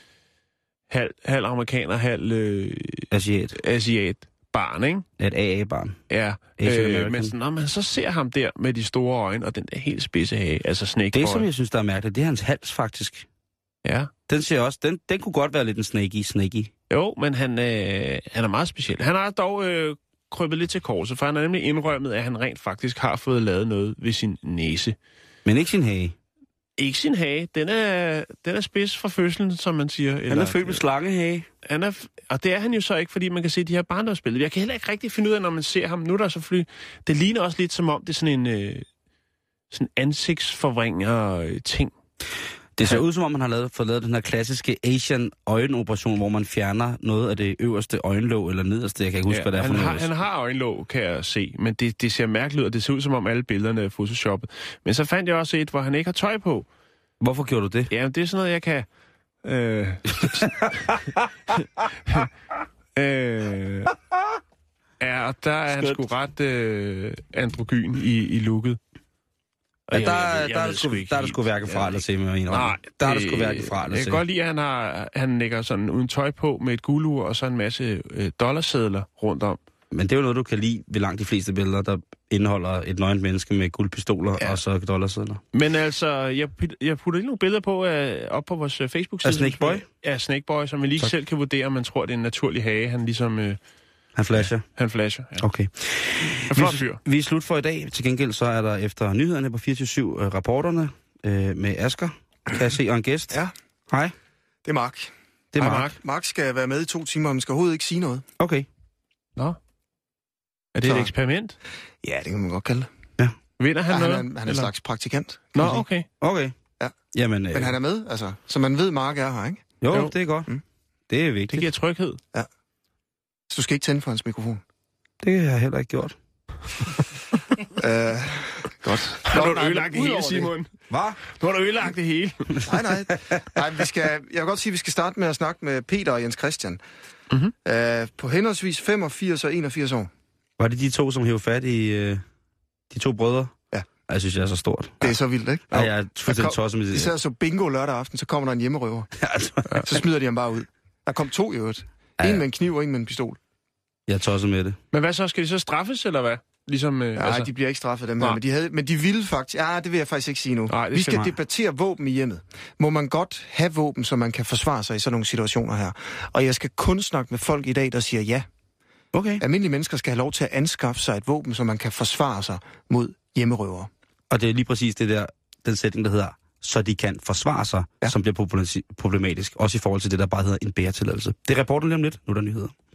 halv, halv amerikaner, halv øh, asiat. asiat barn, ikke? Et A A-barn. Ja, øh, men når man så ser ham der med de store øjne og den der helt spidse hage, altså Snakeboy. Det, som jeg synes, der er mærkeligt, det er hans hals faktisk. Ja. Den ser også, den, den kunne godt være lidt en snaky, snaky. Jo, men han, øh, han er meget speciel. Han har dog øh, krøbet lidt til korset, for han har nemlig indrømmet, at han rent faktisk har fået lavet noget ved sin næse. Men ikke sin hage? Ikke sin hage. Den er, den er spids fra fødslen, som man siger. Eller, han er født med slangehage. Han er, og det er han jo så ikke, fordi man kan se de her barndomsbilleder. Jeg kan heller ikke rigtig finde ud af, når man ser ham. Nu er der selvfølgelig... Det ligner også lidt som om, det er sådan en øh, sådan ansigtsforvringer ting. Det ser ud som om, man har lavet, fået lavet den her klassiske Asian øjenoperation, hvor man fjerner noget af det øverste øjenlåg eller nederste. Jeg kan ikke huske, ja, hvad det er for han noget. Har, han har øjenlåg, kan jeg se, men det, det ser mærkeligt ud, og det ser ud som om alle billederne er photoshoppet. Men så fandt jeg også et, hvor han ikke har tøj på. Hvorfor gjorde du det? Ja, det er sådan noget, jeg kan... Øh... øh... Ja, og der er han sgu ret øh, androgyn i, i looket. Ja, der, jeg, jeg, der, er sgu, der er der sgu hverken fra eller se med en Nej, der er der sgu hverken fra eller se. Jeg kan godt lide, at han, har, han lægger sådan uden tøj på med et guldur og så en masse øh, dollarsedler rundt om. Men det er jo noget, du kan lide ved langt de fleste billeder, der indeholder et nøgent menneske med guldpistoler ja. og så dollarsedler. Men altså, jeg, jeg putter lige nogle billeder på uh, op på vores uh, Facebook-side. Af Snakeboy? Ja, Snakeboy, som vi lige tak. selv kan vurdere, om man tror, det er en naturlig hage. Han ligesom... Uh, han flasher? Han flasher, ja. Okay. Vi, vi er slut for i dag. Til gengæld så er der efter nyhederne på fireogtyve syv uh, rapporterne uh, med Asger. Kan jeg se, og en gæst. Ja. Hej. Det er Mark. Det er Hej, Mark. Mark. Mark skal være med i to timer, og man skal overhovedet ikke sige noget. Okay. Nå. Er det så. Et eksperiment? Ja, det kan man godt kalde det. Ja. Vinder han ja, noget? Han er, han er en slags praktikant. Nå, okay. Okay. Ja. Jamen, øh... Men han er med, altså. Så man ved, Mark er her, ikke? Jo, jo. Det er godt. Mm. Det er vigtigt. Det giver tryghed. Ja. Så du skal ikke tænde for hans mikrofon. Det har jeg heller ikke gjort. øh, godt. Har du ødelagt det hele, Simon? Hvad? Nu har du ødelagt det hele. nej, nej. nej vi skal, jeg vil godt sige, at vi skal starte med at snakke med Peter og Jens Christian. Mm-hmm. Øh, på henholdsvis femogfirs og enogfirs år. Var det de to, som hævde fat i øh, de to brødre? Ja. Jeg synes, jeg er så stort. Det er så vildt, ikke? Ja, jeg er fuldstændig tosset med det. De sad så bingo lørdag aften, så kommer der en hjemmerøver. Altså. Så smider de ham bare ud. Der kom to i øvrigt. Ja, ja. En med en kniv og en med en pistol. Jeg er tosset med det. Men hvad så? Skal de så straffes, eller hvad? Ligesom, øh, Ja, altså... de bliver ikke straffet dem her, men de, havde, men de ville faktisk... Ja, det vil jeg faktisk ikke sige nu. Nej, Vi skal mig. debattere våben i hjemmet. Må man godt have våben, så man kan forsvare sig i sådan nogle situationer her? Og jeg skal kun snakke med folk i dag, der siger ja. Okay. Almindelige mennesker skal have lov til at anskaffe sig et våben, så man kan forsvare sig mod hjemmerøvere. Og det er lige præcis det der, den sætning, der hedder, så de kan forsvare sig, ja. Som bliver problematisk. Også i forhold til det, der bare hedder en bæretilladelse. Det er rapporten lige om lidt. Nu er der nyheder.